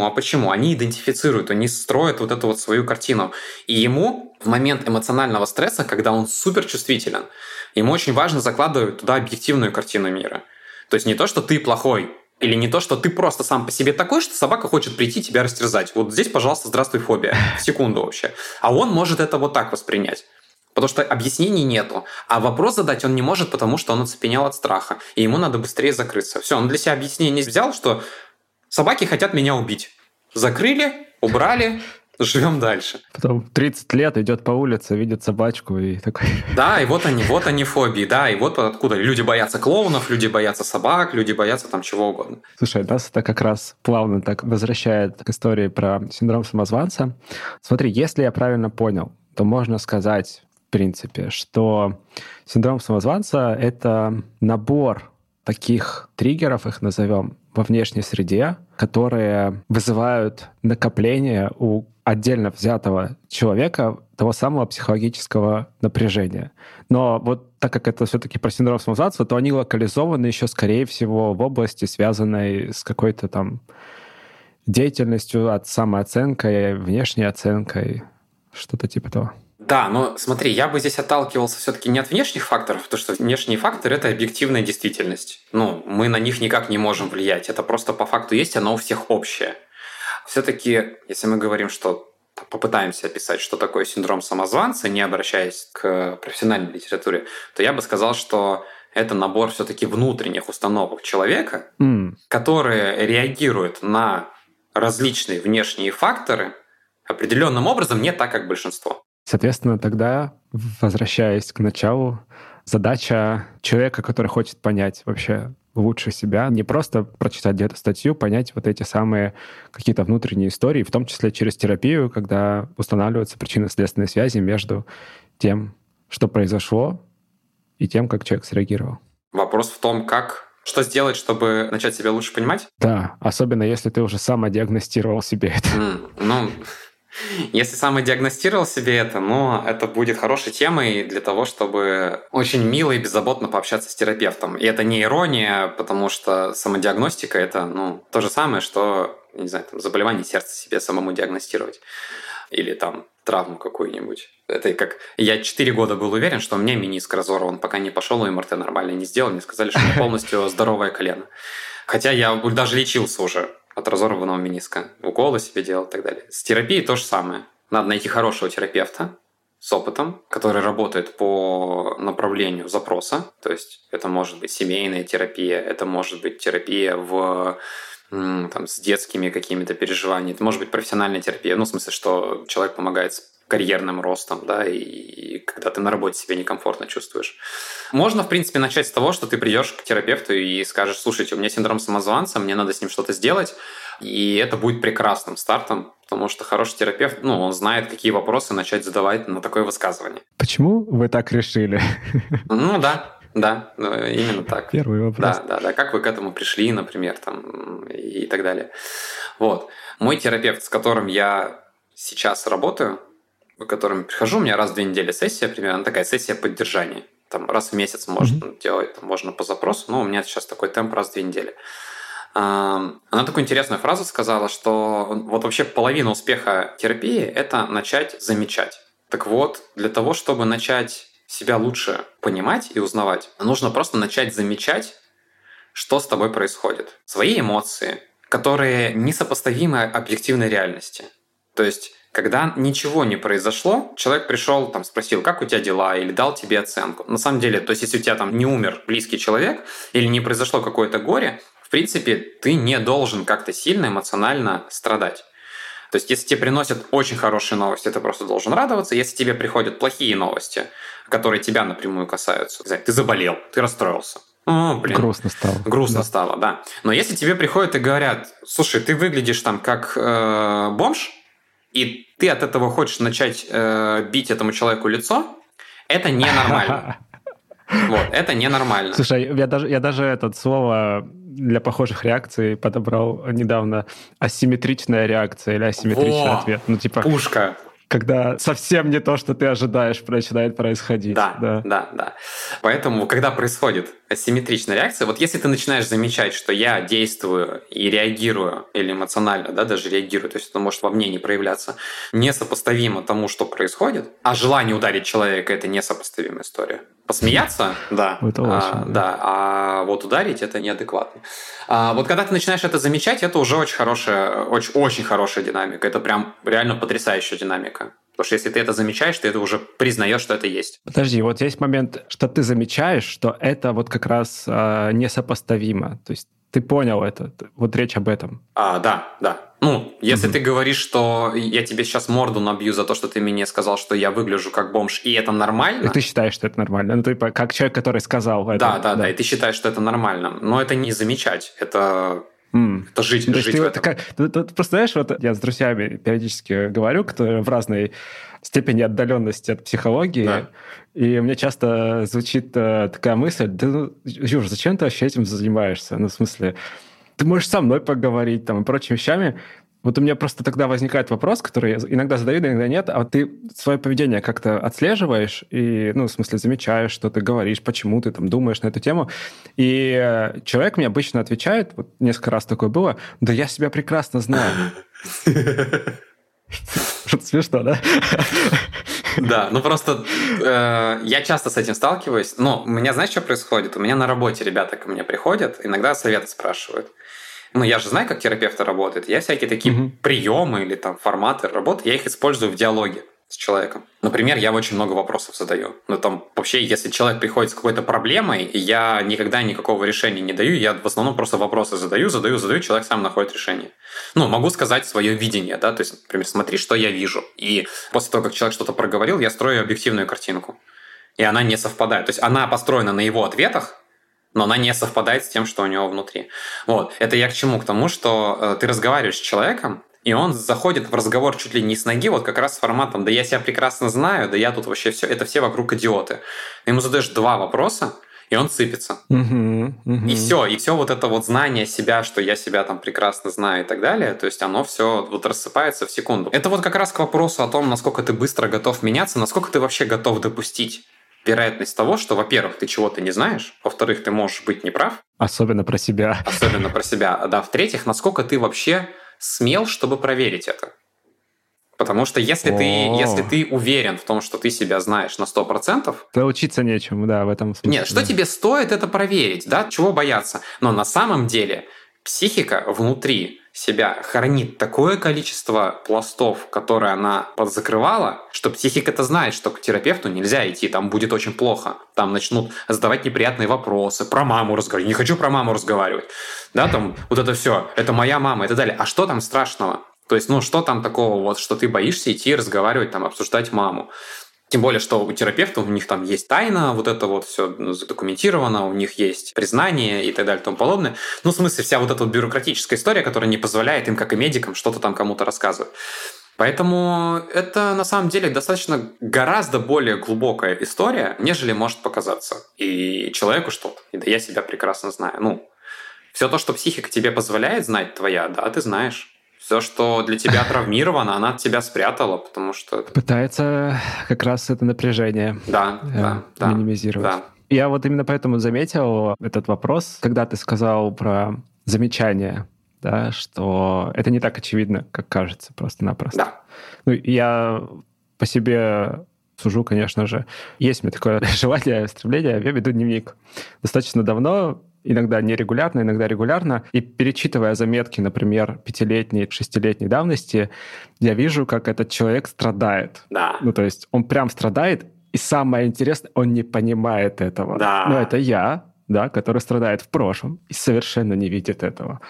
Они идентифицируют, они строят вот эту вот свою картину. И ему в момент эмоционального стресса, когда он суперчувствителен, ему очень важно закладывать туда объективную картину мира. То есть не то, что ты плохой, или не то, что ты просто сам по себе такой, что собака хочет прийти тебя растерзать. Вот здесь, пожалуйста, здравствуй, фобия. В секунду вообще. А он может это вот так воспринять. Потому что объяснений нету. А вопрос задать он не может, потому что он оцепенел от страха. И ему надо быстрее закрыться. Все, он для себя объяснение взял, что собаки хотят меня убить. Закрыли, убрали, живем дальше. Потом 30 лет идет по улице, видит собачку и такой... Да, и вот они фобии, да, и вот откуда. Люди боятся клоунов, люди боятся собак, люди боятся там чего угодно. Слушай, нас это как раз плавно так возвращает к истории про синдром самозванца. Смотри, если я правильно понял, то можно сказать, в принципе, что синдром самозванца — это набор таких триггеров, их назовем, во внешней среде, которые вызывают накопление у отдельно взятого человека того самого психологического напряжения. Но вот так как это все-таки про синдром самозванца, то они локализованы еще, скорее всего, в области, связанной с какой-то там деятельностью, от самооценкой, внешней оценкой, что-то типа того. Да, но смотри, я бы здесь отталкивался все-таки не от внешних факторов, потому что внешние факторы — это объективная действительность. Мы на них никак не можем влиять. Это просто по факту есть, оно у всех общее. Все-таки, если мы говорим, что попытаемся описать, что такое синдром самозванца, не обращаясь к профессиональной литературе, то я бы сказал, что это набор все-таки внутренних установок человека, которые реагируют на различные внешние факторы определенным образом, не так, как большинство. Соответственно, тогда, возвращаясь к началу, задача человека, который хочет понять вообще лучше себя, не просто прочитать где-то статью, понять вот эти самые какие-то внутренние истории, в том числе через терапию, когда устанавливаются причинно-следственные связи между тем, что произошло, и тем, как человек среагировал. Вопрос в том, что сделать, чтобы начать себя лучше понимать? Да, особенно если ты уже самодиагностировал себе это. Если самодиагностировал себе это, это будет хорошей темой для того, чтобы очень мило и беззаботно пообщаться с терапевтом. И это не ирония, потому что самодиагностика – это то же самое, что, не знаю, заболевание сердца себе самому диагностировать. Или травму какую-нибудь. Это как... Я 4 года был уверен, что у меня мениск разорван, пока не пошел и МРТ нормально не сделал. Мне сказали, что у меня полностью здоровое колено. Хотя я даже лечился уже от разорванного мениска. Уколы себе делал и так далее. С терапией то же самое. Надо найти хорошего терапевта с опытом, который работает по направлению запроса. То есть это может быть семейная терапия, это может быть терапия с детскими какими-то переживаниями, это может быть профессиональная терапия. В смысле, что человек помогает с карьерным ростом, да, и когда ты на работе себя некомфортно чувствуешь. Можно, в принципе, начать с того, что ты придешь к терапевту и скажешь: слушайте, у меня синдром самозванца, мне надо с ним что-то сделать, и это будет прекрасным стартом, потому что хороший терапевт, он знает, какие вопросы начать задавать на такое высказывание. Почему вы так решили? Да, именно так. Первый вопрос. Да. Как вы к этому пришли, например, и так далее. Вот. Мой терапевт, с которым я сейчас работаю, к которому прихожу, у меня раз в 2 недели сессия примерно, такая сессия поддержания. Раз в месяц можно делать, можно по запросу, но у меня сейчас такой темп раз в 2 недели. Она такую интересную фразу сказала, что вот вообще половина успеха терапии – это начать замечать. Так вот, для того, чтобы начать себя лучше понимать и узнавать, нужно просто начать замечать, что с тобой происходит. Свои эмоции, которые несопоставимы объективной реальности. То есть, когда ничего не произошло, человек пришел, спросил, как у тебя дела, или дал тебе оценку. На самом деле, то есть, если у тебя не умер близкий человек, или не произошло какое-то горе, в принципе, ты не должен как-то сильно эмоционально страдать. То есть, если тебе приносят очень хорошие новости, ты просто должен радоваться. Если тебе приходят плохие новости, которые тебя напрямую касаются, ты заболел, ты расстроился. Грустно стало. Грустно стало, да. Но если тебе приходят и говорят: слушай, ты выглядишь как бомж, и ты от этого хочешь начать бить этому человеку лицо, это ненормально. Вот, это ненормально. Слушай, я даже это слово для похожих реакций подобрал недавно: асимметричная реакция или асимметричный ответ. Пушка. Когда совсем не то, что ты ожидаешь, начинает происходить. Да. Поэтому, когда происходит асимметричная реакция, вот если ты начинаешь замечать, что я действую и реагирую, или эмоционально, даже реагирую, то есть это может во мне не проявляться, несопоставимо тому, что происходит, а желание ударить человека – это несопоставимая история. Посмеяться – да. Это очень, а вот ударить – это неадекватно. Вот когда ты начинаешь это замечать, это уже очень хорошая динамика. Это прям реально потрясающая динамика. Потому что если ты это замечаешь, ты это уже признаешь, что это есть. Подожди, вот есть момент, что ты замечаешь, что это вот как раз несопоставимо. То есть ты понял это, вот речь об этом. Да. Если ты говоришь, что я тебе сейчас морду набью за то, что ты мне сказал, что я выгляжу как бомж, и это нормально. И ты считаешь, что это нормально. Как человек, который сказал это. Да, и ты считаешь, что это нормально. Но это не замечать, это жить в этом. Ты просто знаешь, вот я с друзьями периодически говорю, которые в разной степени отдаленности от психологии, и мне часто звучит такая мысль: Юр, зачем ты вообще этим занимаешься? В смысле, ты можешь со мной поговорить и прочими вещами. Вот у меня просто тогда возникает вопрос, который я иногда задаю, иногда нет, а вот ты свое поведение как-то отслеживаешь и, в смысле, замечаешь, что ты говоришь, почему ты думаешь на эту тему. И человек мне обычно отвечает, вот несколько раз такое было: да я себя прекрасно знаю. Что-то смешно, да? Да, просто я часто с этим сталкиваюсь. Но у меня, знаешь, что происходит? У меня на работе ребята ко мне приходят, иногда советы спрашивают. Я же знаю, как терапевты работают. Я всякие такие приемы или форматы работы, я их использую в диалоге с человеком. Например, я очень много вопросов задаю. Вообще, если человек приходит с какой-то проблемой, я никогда никакого решения не даю, я в основном просто вопросы задаю, человек сам находит решение. Могу сказать свое видение, то есть, например, смотри, что я вижу. И после того, как человек что-то проговорил, я строю объективную картинку. И она не совпадает. То есть она построена на его ответах, но она не совпадает с тем, что у него внутри. Вот. Это я к чему? К тому, что ты разговариваешь с человеком, и он заходит в разговор чуть ли не с ноги, вот как раз с форматом: да я себя прекрасно знаю, да я тут вообще все, это все вокруг идиоты. Ты ему задаешь 2 вопроса, и он сыпется. И все вот это вот знание себя, что я себя там прекрасно знаю и так далее, то есть оно все вот рассыпается в секунду. Это вот как раз к вопросу о том, насколько ты быстро готов меняться, насколько ты вообще готов допустить вероятность того, что, во-первых, ты чего-то не знаешь, во-вторых, ты можешь быть неправ. Особенно про себя. Особенно про себя, да. В-третьих, насколько ты вообще смел, чтобы проверить это. Потому что если ты уверен в том, что ты себя знаешь на 100%... То учиться нечему, да, в этом смысле. Нет, что тебе стоит это проверить, да? Чего бояться? Но на самом деле психика внутри себя хранит такое количество пластов, которые она подзакрывала, что психика-то знает, что к терапевту нельзя идти, там будет очень плохо. Там начнут задавать неприятные вопросы, про маму разговаривать. Не хочу про маму разговаривать. Да, там вот это все, это моя мама и так далее. А что там страшного? То есть, что там такого вот, что ты боишься идти разговаривать, там, обсуждать маму? Тем более, что у терапевтов у них там есть тайна, вот это вот все задокументировано, у них есть признание и так далее и тому подобное. В смысле, вся вот эта вот бюрократическая история, которая не позволяет им, как и медикам, что-то там кому-то рассказывать. Поэтому это, на самом деле, достаточно гораздо более глубокая история, нежели может показаться. И человеку что-то. И да я себя прекрасно знаю. Все то, что психика тебе позволяет знать твоя, да, ты знаешь. Все, что для тебя травмировано, она от тебя спрятала, потому что... Пытается как раз это напряжение минимизировать. Да. Я вот именно поэтому заметил этот вопрос, когда ты сказал про замечание, да, что это не так очевидно, как кажется, просто-напросто. Да. Я по себе сужу, конечно же. Есть у меня такое желание, стремление. Я веду дневник достаточно давно, иногда нерегулярно, иногда регулярно. И перечитывая заметки, например, 5-летней, 6-летней давности, я вижу, как этот человек страдает. Да. То есть он прям страдает, и самое интересное, он не понимает этого. Да. Но это я, да, который страдает в прошлом и совершенно не видит этого.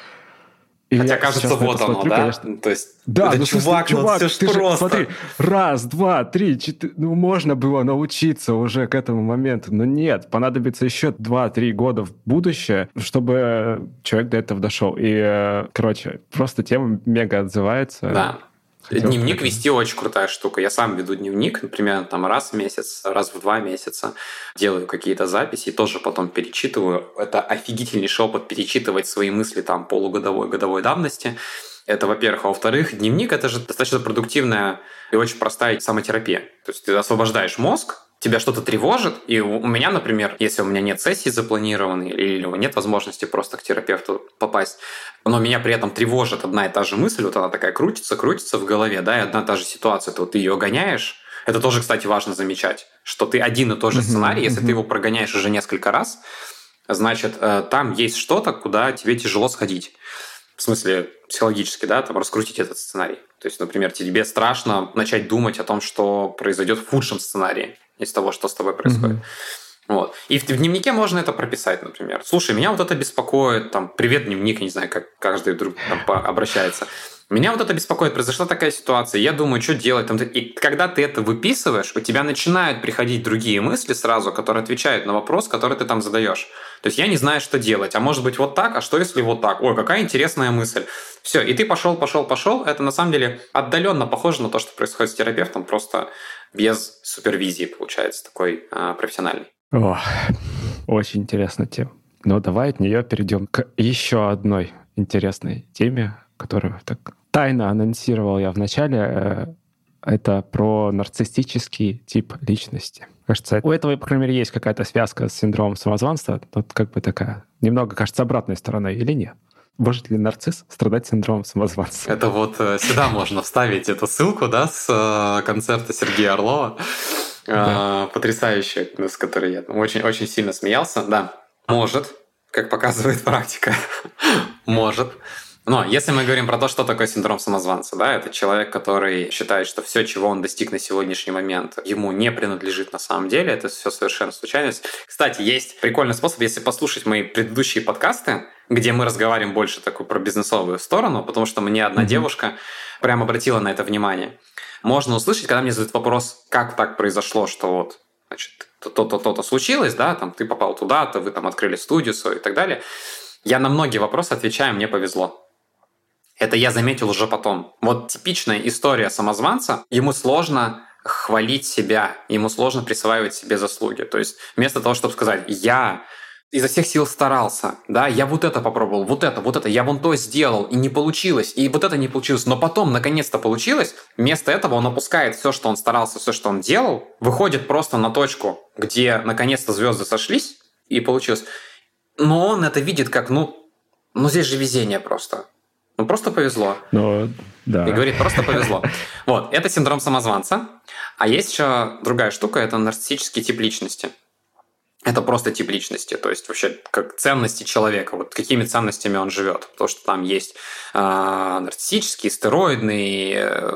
И хотя кажется, вот оно, да? Конечно. То есть, да, это чувак, все ж просто. Смотри, 1, 2, 3, 4... можно было научиться уже к этому моменту, но нет, понадобится еще 2-3 года в будущее, чтобы человек до этого дошел. И, просто тема мега отзывается. Да. Дневник вести очень крутая штука. Я сам веду дневник, например, там раз в месяц, раз в 2 месяца делаю какие-то записи и тоже потом перечитываю. Это офигительнейший опыт перечитывать свои мысли там полугодовой, годовой давности. Это, во-первых. А во-вторых, дневник — это же достаточно продуктивная и очень простая самотерапия. То есть ты освобождаешь мозг, тебя что-то тревожит, и у меня, например, если у меня нет сессии запланированной или нет возможности просто к терапевту попасть, но меня при этом тревожит одна и та же мысль, вот она такая крутится в голове, да, и одна и та же ситуация, ты ее гоняешь. Это тоже, кстати, важно замечать, что ты один и тот же сценарий, если ты его прогоняешь уже несколько раз, значит, там есть что-то, куда тебе тяжело сходить. В смысле, психологически, да, там раскрутить этот сценарий. То есть, например, тебе страшно начать думать о том, что произойдет в худшем сценарии из того, что с тобой происходит. Вот. И в дневнике можно это прописать, например. Слушай, меня вот это беспокоит, там, привет, дневник, не знаю, как каждый друг там обращается. Меня вот это беспокоит, произошла такая ситуация, я думаю, что делать. И когда ты это выписываешь, у тебя начинают приходить другие мысли сразу, которые отвечают на вопрос, который ты там задаешь. То есть я не знаю, что делать. А может быть вот так, а что если вот так? Ой, какая интересная мысль. Все, и ты пошел. Это на самом деле отдаленно похоже на то, что происходит с терапевтом, просто без супервизии получается такой профессиональный. О, очень интересная тема. Но давай от нее перейдем к еще одной интересной теме, которую так тайно анонсировал я в начале. Это про нарциссический тип личности. Кажется, у этого, по крайней мере, есть какая-то связка с синдромом самозванца. Тут как бы такая, немного, кажется, обратной стороной или нет? Может ли нарцисс страдать синдромом самозванца? Это вот сюда можно вставить эту ссылку, да, с концерта Сергея Орлова. Да. Потрясающая, с которой я очень сильно смеялся. Да, может, как показывает практика, может. Но если мы говорим про то, что такое синдром самозванца, да, это человек, который считает, что все, чего он достиг на сегодняшний момент, ему не принадлежит на самом деле, это все совершенно случайность. Кстати, есть прикольный способ, если послушать мои предыдущие подкасты, где мы разговариваем больше такую про бизнесовую сторону, потому что мне одна девушка прям обратила на это внимание. Можно услышать, когда мне задают вопрос, как так произошло, что вот, значит, то-то случилось, да, там ты попал туда-то, вы там открыли студию свою и так далее. Я на многие вопросы отвечаю, мне повезло. Это я заметил уже потом. Вот типичная история самозванца. Ему сложно хвалить себя, ему сложно присваивать себе заслуги. То есть вместо того, чтобы сказать «я изо всех сил старался, да, я вот это попробовал, вот это, я вон то сделал, и не получилось, и вот это не получилось, но потом наконец-то получилось», вместо этого он опускает все, что он старался, все, что он делал, выходит просто на точку, где наконец-то звезды сошлись, и получилось. Но он это видит как, здесь же везение просто. Просто повезло. Да. И говорит, просто повезло. Вот, это синдром самозванца. А есть еще другая штука, это нарциссический тип личности. Это просто тип личности, то есть вообще как ценности человека, вот какими ценностями он живет. Потому что там есть нарциссический, стероидный,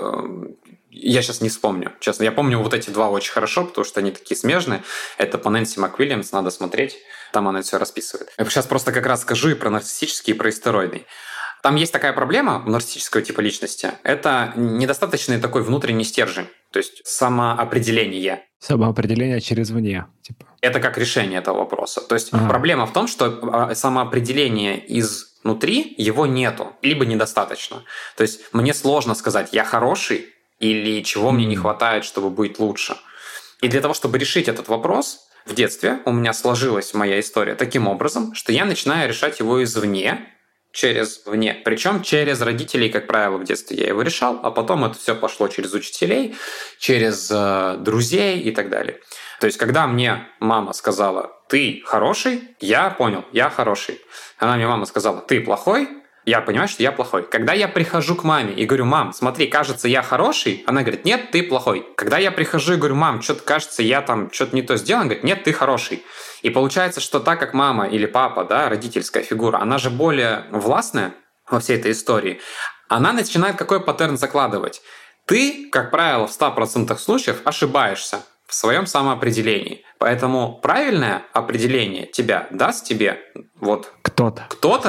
я сейчас не вспомню, честно. Я помню вот эти два очень хорошо, потому что они такие смежные. Это по Нэнси МакВильямс, надо смотреть, там она все расписывает. Я сейчас просто как раз скажу и про нарциссический, и про стероидный. Там есть такая проблема у нарциссического типа личности. Это недостаточный такой внутренний стержень, то есть самоопределение. Самоопределение через вне. Типа. Это как решение этого вопроса. То есть проблема в том, что самоопределение изнутри его нету, либо недостаточно. То есть мне сложно сказать «я хороший» или «чего мне не хватает, чтобы быть лучше». И для того, чтобы решить этот вопрос, в детстве у меня сложилась моя история таким образом, что я начинаю решать его извне, причем через родителей, как правило, в детстве я его решал, а потом это все пошло через учителей, через друзей и так далее. То есть, когда мне мама сказала «ты хороший», я понял, я хороший. Когда мне мама сказала «ты плохой», я понимаю, что я плохой. Когда я прихожу к маме и говорю «мам, смотри, кажется, я хороший», она говорит «нет, ты плохой». Когда я прихожу и говорю «мам, что-то кажется, я там что-то не то сделал», она говорит «нет, ты хороший». И получается, что так как мама или папа, да, родительская фигура, она же более властная во всей этой истории, она начинает какой паттерн закладывать. Ты, как правило, в 100% случаев ошибаешься в своем самоопределении. Поэтому правильное определение тебя даст тебе вот кто-то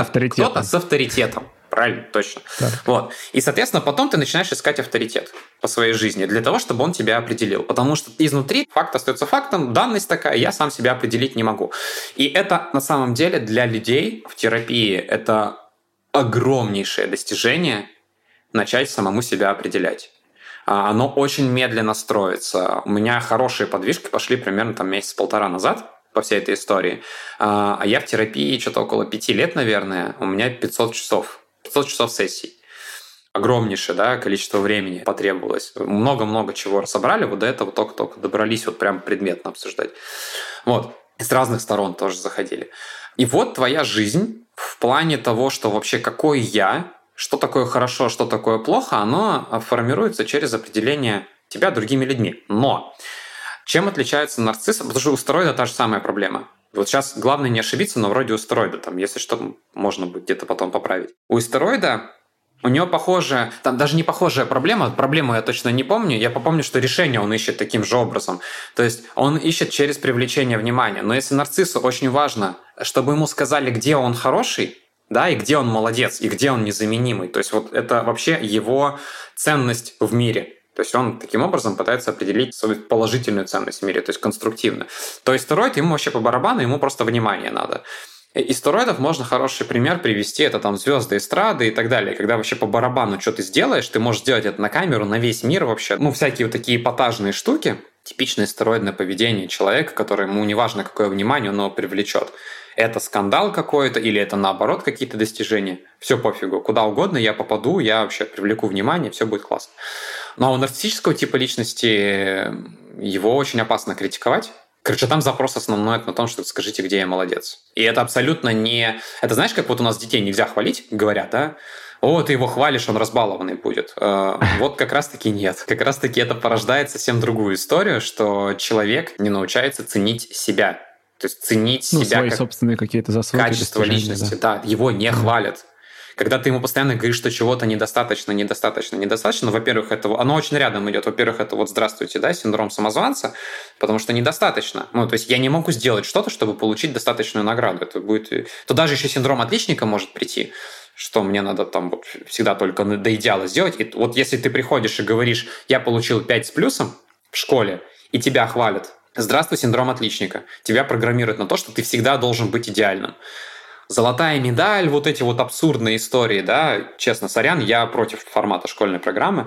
с авторитетом. Правильно, точно. Так. Вот. И, соответственно, потом ты начинаешь искать авторитет по своей жизни для того, чтобы он тебя определил. Потому что изнутри факт остается фактом, данность такая, я сам себя определить не могу. И это на самом деле для людей в терапии это огромнейшее достижение начать самому себя определять. Оно очень медленно строится. У меня хорошие подвижки пошли примерно месяц-полтора назад по всей этой истории. А я в терапии что-то около 5 лет, наверное. У меня 500 часов сессий. Огромнейшее, да, количество времени потребовалось. Много-много чего разобрали. Вот до этого только-только добрались вот прям предметно обсуждать. Вот. И с разных сторон тоже заходили. И вот твоя жизнь в плане того, что вообще какой я, что такое хорошо, что такое плохо, оно формируется через определение тебя другими людьми. Но чем отличается нарцисс? Потому что у стероида та же самая проблема. Вот сейчас главное не ошибиться, но вроде у стероида, там, если что, можно будет где-то потом поправить. У стероида у него похожая, там даже не похожая проблему я точно не помню, я помню, что решение он ищет таким же образом. То есть он ищет через привлечение внимания. Но если нарциссу очень важно, чтобы ему сказали, где он хороший, да, и где он молодец, и где он незаменимый. То есть вот это вообще его ценность в мире. То есть он таким образом пытается определить свою положительную ценность в мире, то есть конструктивно. То есть стероид ему вообще по барабану, ему просто внимание надо. Из стероидов можно хороший пример привести, это там звезды эстрады и так далее. Когда вообще по барабану что ты сделаешь, ты можешь сделать это на камеру, на весь мир вообще. Всякие вот такие эпатажные штуки, типичное стероидное поведение человека, который ему не важно, какое внимание он его привлечет. Это скандал какой-то или это наоборот какие-то достижения. Все пофигу. Куда угодно я попаду, я вообще привлеку внимание, все будет классно. Но у нарциссического типа личности его очень опасно критиковать. Короче, там запрос основной на том, что скажите, где я молодец. И это абсолютно не... Это знаешь, как вот у нас детей нельзя хвалить, говорят, да? О, ты его хвалишь, он разбалованный будет. Вот как раз-таки нет. Как раз-таки это порождает совсем другую историю, что человек не научается ценить себя. То есть ценить себя свои как собственные какие-то заслуги, качество личности. Да, его не хвалят. Когда ты ему постоянно говоришь, что чего-то недостаточно, во-первых, это, оно очень рядом идет. Во-первых, это вот здравствуйте, да, синдром самозванца, потому что недостаточно. То есть я не могу сделать что-то, чтобы получить достаточную награду. Это будет... То даже еще синдром отличника может прийти, что мне надо там вот всегда только до идеала сделать. И вот если ты приходишь и говоришь, я получил 5 с плюсом в школе, и тебя хвалят, здравствуй, синдром отличника. Тебя программируют на то, что ты всегда должен быть идеальным. Золотая медаль, вот эти вот абсурдные истории, да, честно, сорян, я против формата школьной программы.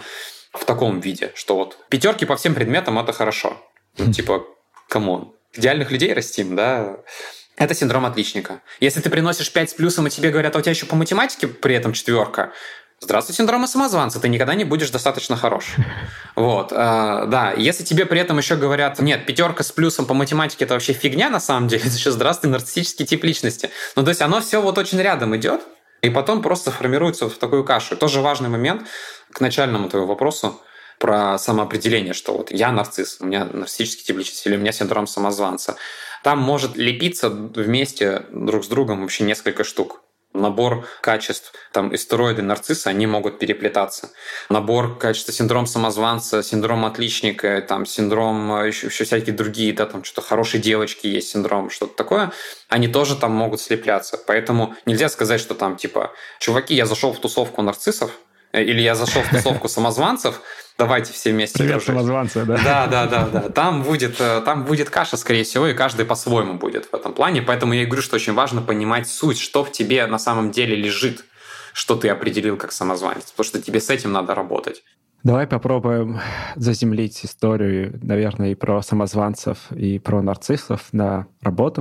в таком виде, что вот 5 по всем предметам – это хорошо. Ну, типа, камон, идеальных людей растим, да? Это синдром отличника. Если ты приносишь 5 с плюсом, и тебе говорят, а у тебя еще по математике при этом 4, здравствуй, синдром самозванца, ты никогда не будешь достаточно хорош. Вот, да. Если тебе при этом еще говорят, нет, 5 с плюсом по математике – это вообще фигня на самом деле, это еще здравствуй, нарциссический тип личности. Ну, то есть оно все вот очень рядом идет, и потом просто формируется вот в такую кашу. Тоже важный момент к начальному твоему вопросу про самоопределение, что вот я нарцисс, у меня нарциссический тип личности или у меня синдром самозванца. Там может лепиться вместе друг с другом вообще несколько штук. Набор качеств, там, истероиды нарцисса, они могут переплетаться. Набор качеств синдром самозванца, синдром отличника, там, синдром еще всякие другие, да, там что-то хорошей девочки есть синдром, что-то такое, они тоже там могут слепляться. Поэтому нельзя сказать, что там, типа, чуваки, я зашел в тусовку нарциссов, или я зашел в тусовку самозванцев, давайте все вместе Привет, дружить. самозванцы, да? Да. Там будет каша, скорее всего, и каждый по-своему будет в этом плане. Поэтому я и говорю, что очень важно понимать суть, что в тебе на самом деле лежит, что ты определил как самозванец. Потому что тебе с этим надо работать. Давай попробуем заземлить историю, наверное, и про самозванцев, и про нарциссов на работу.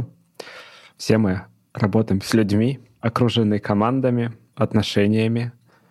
Все мы работаем с людьми, окружены командами, отношениями,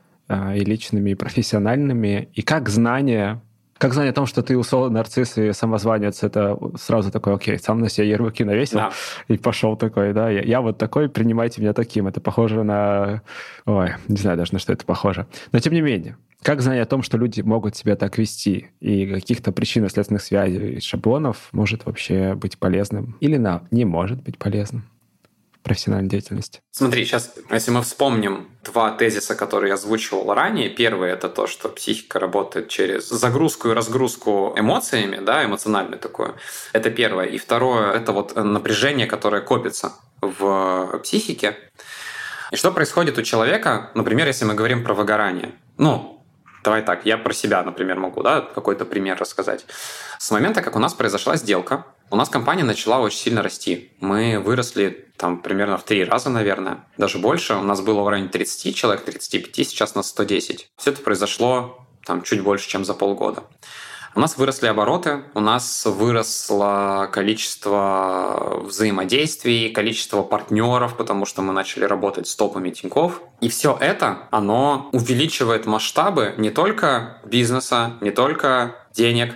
и личными, и профессиональными. И как знание о том, что ты условно нарцисс и самозванец, это сразу такой, окей, сам на себе ярлыки навесил, да. И пошел такой, да, я вот такой, принимайте меня таким. Это похоже на... Ой, не знаю даже, на что это похоже. Но тем не менее, как знание о том, что люди могут себя так вести, и каких-то причинно-следственных связей, шаблонов может вообще быть полезным или не может быть полезным в профессиональной деятельности? Смотри, сейчас, если мы вспомним 2 тезиса, которые я озвучивал ранее. Первый – это то, что психика работает через загрузку и разгрузку эмоциями, да, эмоциональную такую. Это первое. И второе – это вот напряжение, которое копится в психике. И что происходит у человека, например, если мы говорим про выгорание? Давай так, я про себя, например, могу, да, какой-то пример рассказать. С момента, как у нас произошла сделка, у нас компания начала очень сильно расти. Мы выросли там примерно в 3 раза, наверное, даже больше. У нас было в районе 30 человек, 35, сейчас нас 110. Все это произошло там чуть больше, чем за полгода. У нас выросли обороты, у нас выросло количество взаимодействий, количество партнеров, потому что мы начали работать с топами Тинькофф. И все это, оно увеличивает масштабы не только бизнеса, не только денег,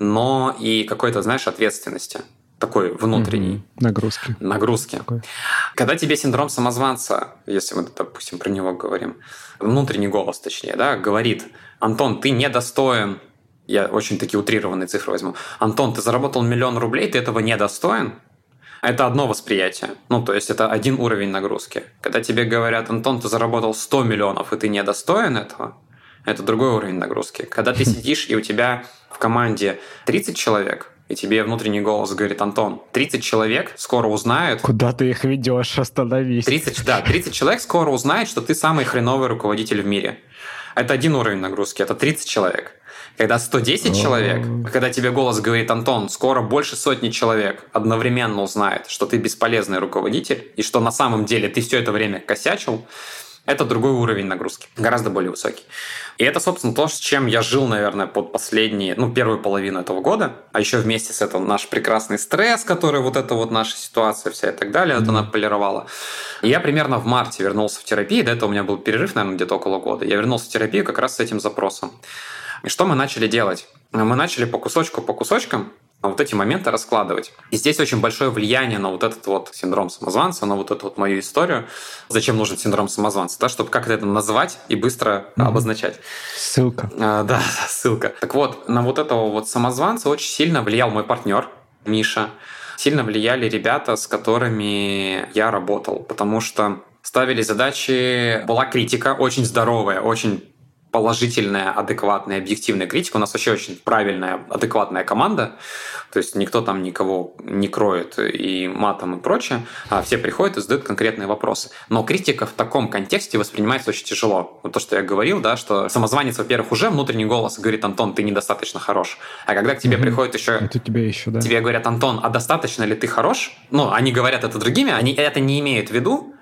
но и какой-то, знаешь, ответственности. Такой внутренней. Нагрузки. Такой. Когда тебе синдром самозванца, если мы, допустим, про него говорим, внутренний голос, точнее, да, говорит: Антон, ты недостоин. Я очень такие утрированные цифры возьму. Антон, ты заработал 1 000 000 рублей, ты этого недостоин. Это одно восприятие. То есть это один уровень нагрузки. Когда тебе говорят: Антон, ты заработал 100 миллионов, и ты недостоин этого, это другой уровень нагрузки. Когда ты сидишь, и у тебя в команде 30 человек, и тебе внутренний голос говорит: Антон, 30 человек скоро узнают... Куда ты их ведешь? Остановись. 30 человек скоро узнают, что ты самый хреновый руководитель в мире. Это один уровень нагрузки, это 30 человек. Когда 110 человек, когда тебе голос говорит: Антон, скоро больше 100 человек одновременно узнает, что ты бесполезный руководитель, и что на самом деле ты все это время косячил, это другой уровень нагрузки, гораздо более высокий. И это, собственно, то, с чем я жил, наверное, под первую половину этого года. А еще вместе с этим наш прекрасный стресс, который вот эта вот наша ситуация вся и так далее, это наполировало. И я примерно в марте вернулся в терапию. До этого у меня был перерыв, наверное, где-то около года. Я вернулся в терапию как раз с этим запросом. И что мы начали делать? Мы начали по кусочкам вот эти моменты раскладывать. И здесь очень большое влияние на вот этот вот синдром самозванца, на вот эту вот мою историю. Зачем нужен синдром самозванца? Да, чтобы как-то это назвать и быстро обозначать. Ссылка. Да, ссылка. Так вот, на вот этого вот самозванца очень сильно влиял мой партнер Миша. Сильно влияли ребята, с которыми я работал. Потому что ставили задачи, была критика очень здоровая, очень положительная, адекватная, объективная критика. У нас вообще очень правильная, адекватная команда. То есть никто там никого не кроет и матом и прочее. А все приходят и задают конкретные вопросы. Но критика в таком контексте воспринимается очень тяжело. Вот то, что я говорил, да, что самозванец, во-первых, уже внутренний голос говорит: Антон, ты недостаточно хорош. А когда к тебе приходит еще... Это тебе еще, да. Тебе говорят: Антон, а достаточно ли ты хорош? Они говорят это другими, они это не имеют в виду,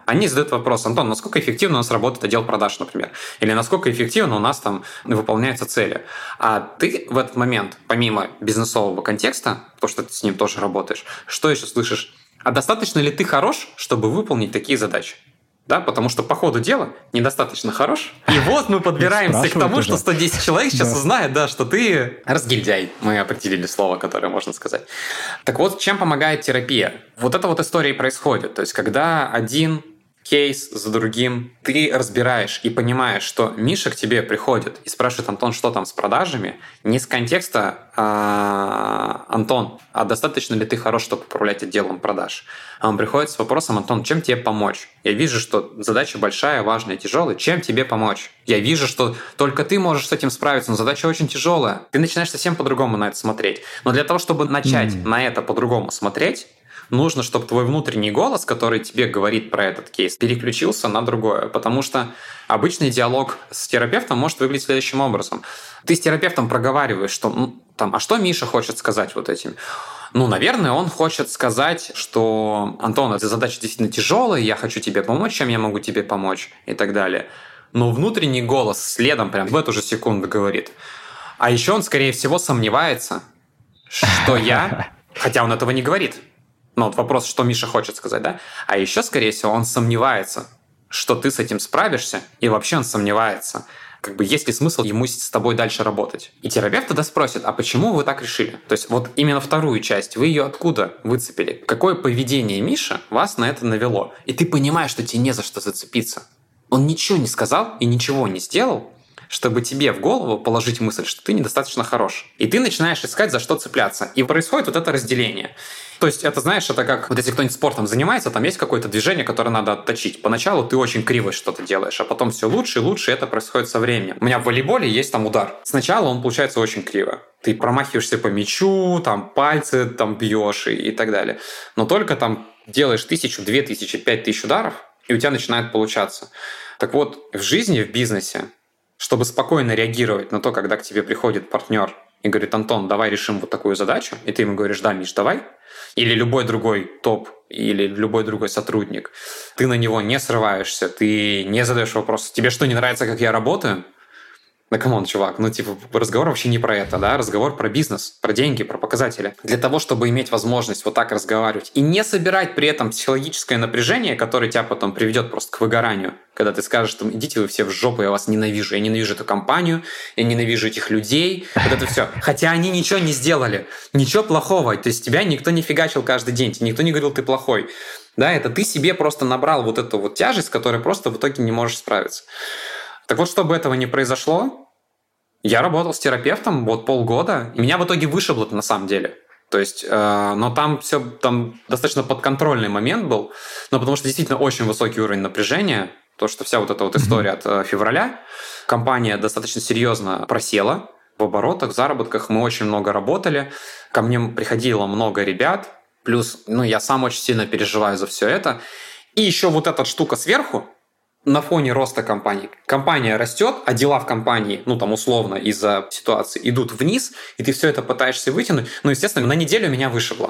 они задают вопрос: Антон, насколько эффективно у нас работает отдел продаж, например, или насколько эффективно у нас там выполняются цели. А ты в этот момент, помимо бизнесового контекста, потому что ты с ним тоже работаешь, что еще слышишь? А достаточно ли ты хорош, чтобы выполнить такие задачи? Да, потому что по ходу дела недостаточно хорош. И вот мы подбираемся к тому, что 110 человек сейчас узнает, да, что ты разгильдяй. Мы определили слово, которое можно сказать. Так вот, чем помогает терапия? Вот эта вот история и происходит. То есть, когда один кейс за другим ты разбираешь и понимаешь, что Миша к тебе приходит и спрашивает: Антон, что там с продажами? Не с контекста Антон, а достаточно ли ты хорош, чтобы управлять отделом продаж? А он приходит с вопросом: Антон, чем тебе помочь? Я вижу, что задача большая, важная, тяжелая. Чем тебе помочь? Я вижу, что только ты можешь с этим справиться, но задача очень тяжелая. Ты начинаешь совсем по-другому на это смотреть. Но для того, чтобы начать на это по-другому смотреть, нужно, чтобы твой внутренний голос, который тебе говорит про этот кейс, переключился на другое. Потому что обычный диалог с терапевтом может выглядеть следующим образом. Ты с терапевтом проговариваешь, что а что Миша хочет сказать вот этим? Наверное, он хочет сказать, что: Антон, эта задача действительно тяжелая, я хочу тебе помочь, чем я могу тебе помочь, и так далее. Но внутренний голос следом прям в эту же секунду говорит. А еще он, скорее всего, сомневается, что я... Хотя он этого не говорит. Вот вопрос, что Миша хочет сказать, да? А еще, скорее всего, он сомневается, что ты с этим справишься, и вообще он сомневается, есть ли смысл ему с тобой дальше работать. И терапевт тогда спросит: а почему вы так решили? То есть вот именно вторую часть, вы ее откуда выцепили? Какое поведение Миши вас на это навело? И ты понимаешь, что тебе не за что зацепиться. Он ничего не сказал и ничего не сделал, чтобы тебе в голову положить мысль, что ты недостаточно хорош. И ты начинаешь искать, за что цепляться. И происходит вот это разделение. То есть это, знаешь, это как вот если кто-нибудь спортом занимается, там есть какое-то движение, которое надо отточить. Поначалу ты очень криво что-то делаешь, а потом все лучше и лучше, и это происходит со временем. У меня в волейболе есть там удар. Сначала он получается очень криво. Ты промахиваешься по мячу, там пальцы там бьешь и так далее. Но только там делаешь 1000, 2000, 5000 ударов, и у тебя начинает получаться. Так вот, в жизни, в бизнесе, чтобы спокойно реагировать на то, когда к тебе приходит партнер и говорит: Антон, давай решим вот такую задачу, и ты ему говоришь: да, Миш, давай, или любой другой топ, или любой другой сотрудник, ты на него не срываешься, ты не задаешь вопрос: тебе что, не нравится, как я работаю? Да камон, чувак, разговор вообще не про это, да, разговор про бизнес, про деньги, про показатели. Для того, чтобы иметь возможность вот так разговаривать и не собирать при этом психологическое напряжение, которое тебя потом приведет просто к выгоранию, когда ты скажешь, что идите вы все в жопу, я вас ненавижу, я ненавижу эту компанию, я ненавижу этих людей, вот это все. Хотя они ничего не сделали, ничего плохого, то есть тебя никто не фигачил каждый день, тебе никто не говорил: ты плохой. Да, это ты себе просто набрал вот эту вот тяжесть, с которой просто в итоге не можешь справиться. Так вот, чтобы этого не произошло, я работал с терапевтом полгода, и меня в итоге вышибло на самом деле. То есть, но там достаточно подконтрольный момент был, но потому что действительно очень высокий уровень напряжения, то, что вся вот эта вот история от февраля, компания достаточно серьезно просела в оборотах, в заработках, мы очень много работали, ко мне приходило много ребят, плюс я сам очень сильно переживаю за все это, и еще вот эта штука сверху, на фоне роста компании. Компания растет, а дела в компании, условно, из-за ситуации идут вниз, и ты все это пытаешься вытянуть. Естественно, на неделю меня вышибло.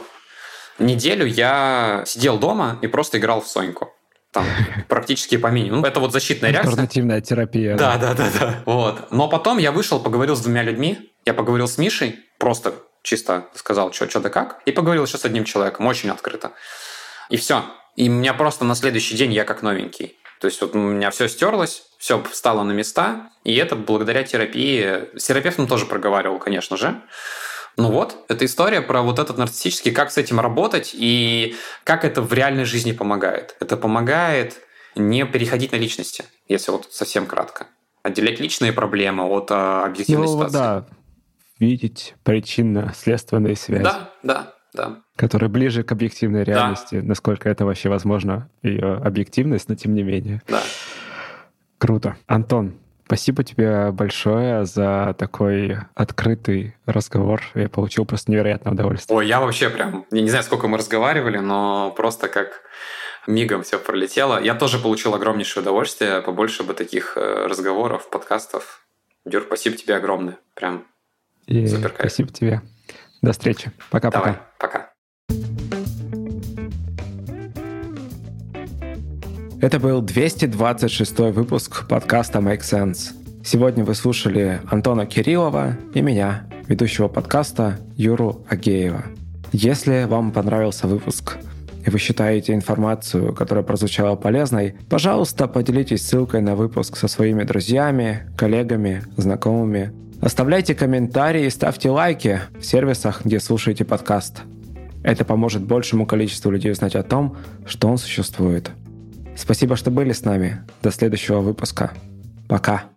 Неделю я сидел дома и просто играл в Соньку. Там практически по минимуму. Это вот защитная реакция. Альтернативная терапия. Да. Вот. Но потом я вышел, поговорил с 2 людьми. Я поговорил с Мишей, просто чисто сказал, что да как. И поговорил еще с одним человеком, очень открыто. И все. И у меня просто на следующий день я как новенький. То есть вот у меня все стерлось, все встало на места, и это благодаря терапии. С терапевтом тоже проговаривал, конечно же. Это история про вот этот нарциссический, как с этим работать и как это в реальной жизни помогает. Это помогает не переходить на личности, если вот совсем кратко. Отделять личные проблемы от объективной ситуации. Да, видеть причинно-следственные связи. Да. Которые ближе к объективной реальности, насколько это вообще возможно, ее объективность, но тем не менее. Да. Круто. Антон, спасибо тебе большое за такой открытый разговор. Я получил просто невероятное удовольствие. Ой, я вообще я не знаю, сколько мы разговаривали, но просто как мигом все пролетело. Я тоже получил огромнейшее удовольствие. Побольше бы таких разговоров, подкастов. Дюр, спасибо тебе огромное. Прям супер кайф. Спасибо тебе. До встречи. Пока-пока. Давай, пока. Это был 226 выпуск подкаста Make Sense. Сегодня вы слушали Антона Кириллова и меня, ведущего подкаста Юру Агеева. Если вам понравился выпуск и вы считаете информацию, которая прозвучала полезной, пожалуйста, поделитесь ссылкой на выпуск со своими друзьями, коллегами, знакомыми. Оставляйте комментарии и ставьте лайки в сервисах, где слушаете подкаст. Это поможет большему количеству людей узнать о том, что он существует. Спасибо, что были с нами. До следующего выпуска. Пока.